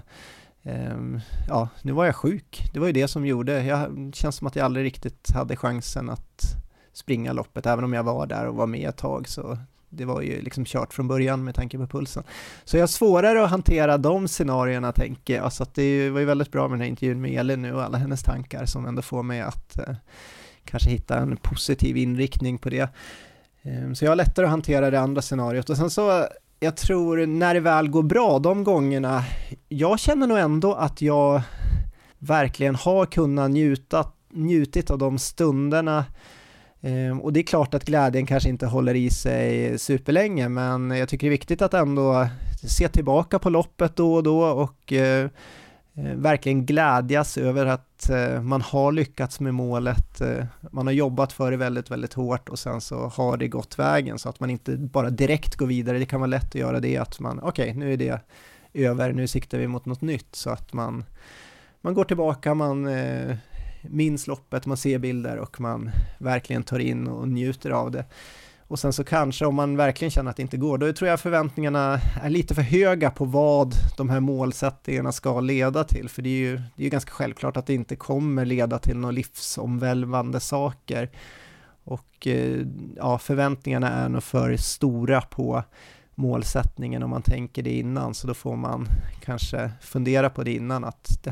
ja, nu var jag sjuk. Det var ju det som gjorde. Det känns som att jag aldrig riktigt hade chansen att springa loppet, även om jag var där och var med ett tag, så det var ju liksom kört från början med tanke på pulsen. Så jag har svårare att hantera de scenarierna, tänker jag. Så att det var ju väldigt bra med den här intervjun med Elin nu och alla hennes tankar som ändå får mig att kanske hitta en positiv inriktning på det. Så jag har lättare att hantera det andra scenariot. Och sen så, jag tror när det väl går bra de gångerna, jag känner nog ändå att jag verkligen har kunnat njutit av de stunderna. Och det är klart att glädjen kanske inte håller i sig superlänge, men jag tycker det är viktigt att ändå se tillbaka på loppet då och då och verkligen glädjas över att man har lyckats med målet. Man har jobbat för det väldigt, väldigt hårt, och sen så har det gått vägen, så att man inte bara direkt går vidare. Det kan vara lätt att göra det, att man okej, nu är det över, nu siktar vi mot något nytt, så att man går tillbaka, man minns loppet, man ser bilder och man verkligen tar in och njuter av det. Och sen så kanske om man verkligen känner att det inte går, då tror jag förväntningarna är lite för höga på vad de här målsättningarna ska leda till. För det är ju ganska självklart att det inte kommer leda till några livsomvälvande saker. Och ja, förväntningarna är nog för stora på målsättningen om man tänker det innan. Så då får man kanske fundera på det innan, att det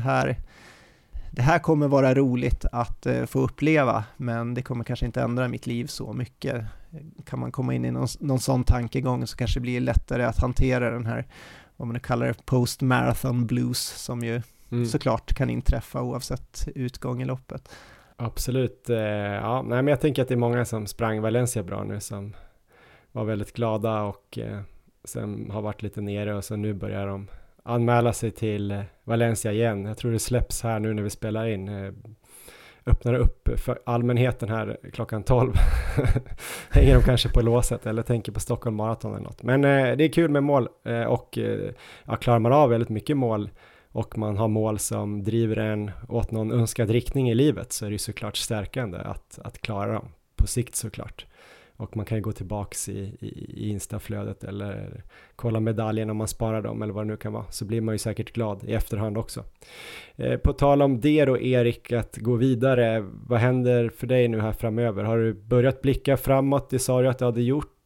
här kommer vara roligt att få uppleva, men det kommer kanske inte ändra mitt liv så mycket. Kan man komma in i någon sån tankegång, så kanske det blir lättare att hantera den här, vad man kallar det, post-marathon blues, som ju såklart kan inträffa oavsett utgång i loppet. Absolut. Ja, nej, men jag tänker att det är många som sprang Valencia bra nu, som var väldigt glada och sen har varit lite nere, och så nu börjar de anmäla sig till Valencia igen. Jag tror det släpps här nu när vi spelar in. Öppnar upp för allmänheten här klockan 12. Hänger de kanske på låset eller tänker på Stockholm Marathon eller något. Men det är kul med mål, och klarar man av väldigt mycket mål och man har mål som driver en åt någon önskad riktning i livet, så är det ju såklart stärkande att klara dem på sikt såklart. Och man kan ju gå tillbaks i Instaflödet eller kolla medaljen om man sparar dem eller vad det nu kan vara. Så blir man ju säkert glad i efterhand också. På tal om det då, Erik, att gå vidare. Vad händer för dig nu här framöver? Har du börjat blicka framåt? Det sa du att du hade gjort.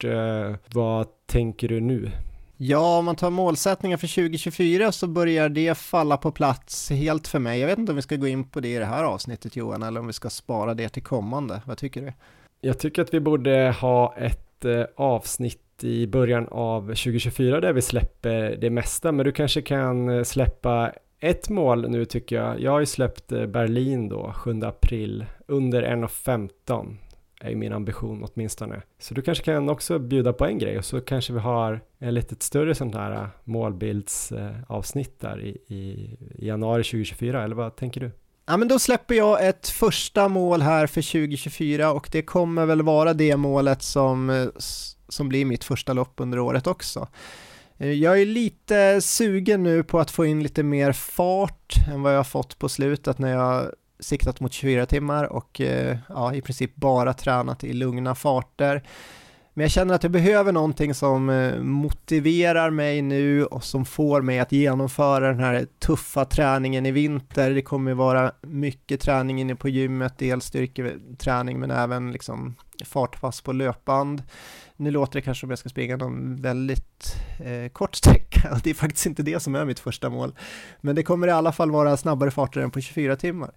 Vad tänker du nu? Ja, om man tar målsättningar för 2024 så börjar det falla på plats helt för mig. Jag vet inte om vi ska gå in på det i det här avsnittet, Johan, eller om vi ska spara det till kommande. Vad tycker du? Jag tycker att vi borde ha ett avsnitt i början av 2024 där vi släpper det mesta, men du kanske kan släppa ett mål nu, tycker jag. Jag har ju släppt Berlin då, 7 april, under 1:15 är ju min ambition åtminstone. Så du kanske kan också bjuda på en grej, och så kanske vi har ett lite större sånt här målbildsavsnitt där i januari 2024, eller vad tänker du? Ja, men då släpper jag ett första mål här för 2024, och det kommer väl vara det målet som blir mitt första lopp under året också. Jag är lite sugen nu på att få in lite mer fart än vad jag har fått på slutet när jag siktat mot 24 timmar och i princip bara tränat i lugna farter. Men jag känner att jag behöver någonting som motiverar mig nu och som får mig att genomföra den här tuffa träningen i vinter. Det kommer vara mycket träning inne på gymmet, dels styrketräning men även liksom fartpass på löpband. Nu låter det kanske som jag ska springa någon väldigt kort sträcka. Det är faktiskt inte det som är mitt första mål. Men det kommer i alla fall vara snabbare farter än på 24 timmar.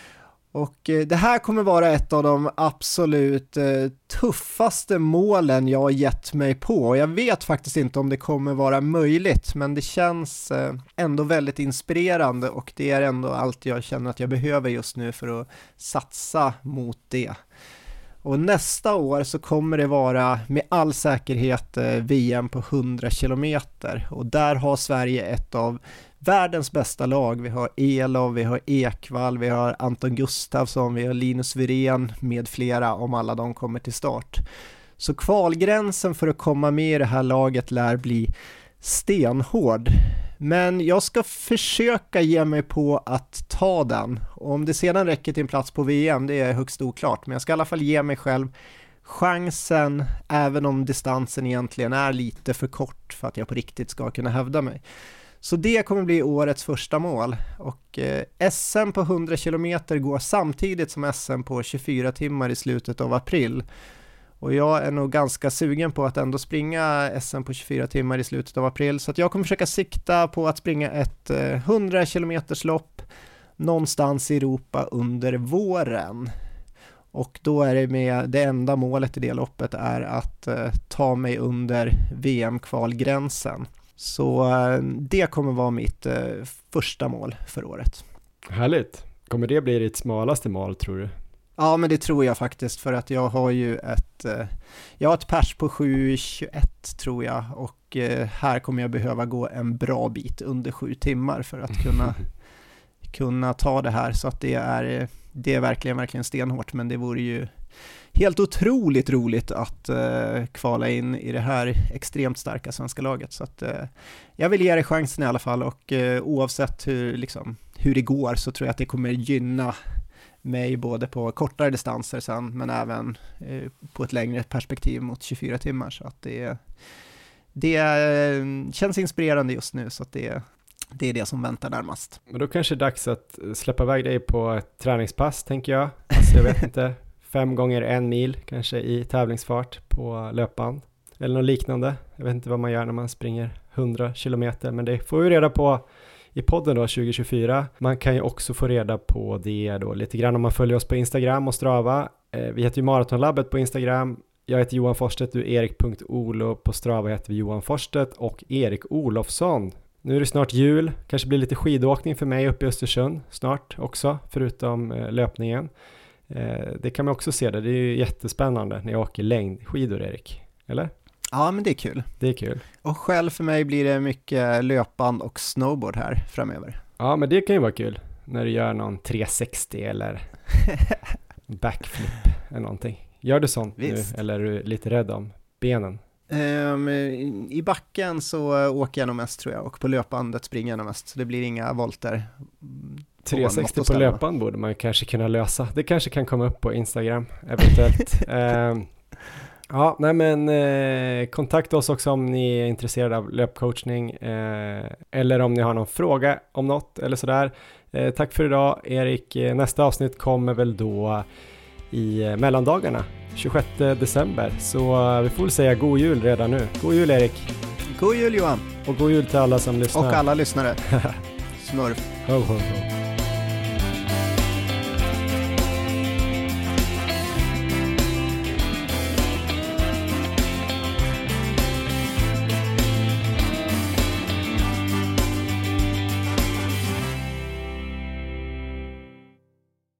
Och det här kommer vara ett av de absolut tuffaste målen jag har gett mig på. Jag vet faktiskt inte om det kommer vara möjligt, men det känns ändå väldigt inspirerande och det är ändå allt jag känner att jag behöver just nu för att satsa mot det. Och nästa år så kommer det vara med all säkerhet VM på 100 kilometer och där har Sverige ett av världens bästa lag. Vi har Elov, vi har Ekvall, vi har Anton Gustafsson, vi har Linus Wirén med flera om alla de kommer till start. Så kvalgränsen för att komma med i det här laget lär bli stenhård. Men jag ska försöka ge mig på att ta den. Och om det sedan räcker till en plats på VM, det är högst oklart. Men jag ska i alla fall ge mig själv chansen, även om distansen egentligen är lite för kort för att jag på riktigt ska kunna hävda mig. Så det kommer bli årets första mål. Och SM på 100 kilometer går samtidigt som SM på 24 timmar i slutet av april. Och jag är nog ganska sugen på att ändå springa SM på 24 timmar i slutet av april. Så att jag kommer försöka sikta på att springa ett 100 kilometers lopp någonstans i Europa under våren. Och då är det med det enda målet i det loppet är att ta mig under VM-kvalgränsen. Så det kommer vara mitt första mål för året. Härligt. Kommer det bli ditt smalaste mål, tror du? Ja, men det tror jag faktiskt, för att jag har ju ett pers på 7:21 tror jag, och här kommer jag behöva gå en bra bit under 7 timmar för att kunna ta det här, så att det är verkligen stenhårt, men det vore ju helt otroligt roligt att kvala in i det här extremt starka svenska laget, så att jag vill ge det chansen i alla fall, och oavsett hur det går så tror jag att det kommer gynna mig både på kortare distanser sen, men även på ett längre perspektiv mot 24 timmar, så att det känns inspirerande just nu, så att det är det som väntar närmast. Men då kanske det är dags att släppa iväg dig på ett träningspass, tänker jag. Alltså jag vet inte, 5 gånger 1 mil kanske i tävlingsfart på löpband eller något liknande. Jag vet inte vad man gör när man springer 100 kilometer, men det får vi reda på i podden då 2024. Man kan ju också få reda på det då lite grann om man följer oss på Instagram och Strava. Vi heter ju Maratonlabbet på Instagram. Jag heter Johan Forsstedt, du är Erik.olo. På Strava heter vi Johan Forsstedt och Erik Olofsson. Nu är det snart jul, kanske blir lite skidåkning för mig uppe i Östersund snart också, förutom löpningen. Det kan man också se det är ju jättespännande när jag åker längdskidor, Erik, eller? Ja, men det är kul. Det är kul. Och själv för mig blir det mycket löpband och snowboard här framöver. Ja, men det kan ju vara kul när du gör någon 360 eller backflip eller någonting. Gör du sånt Visst. nu, eller är du lite rädd om benen? I backen så åker jag nog mest, tror jag, och på löpbandet springer jag nog mest, så det blir inga volter. 360 på löpband borde man kanske kunna lösa. Det kanske kan komma upp på Instagram eventuellt. Ja, nej men kontakta oss också om ni är intresserade av löpcoachning eller om ni har någon fråga om något eller sådär. Tack för idag, Erik. Nästa avsnitt kommer väl då i mellandagarna 26 december, så vi får väl säga god jul redan nu. God jul, Erik. God jul, Johan. Och god jul till alla som lyssnar. Och alla lyssnare. Smurf. Ho, ho, ho.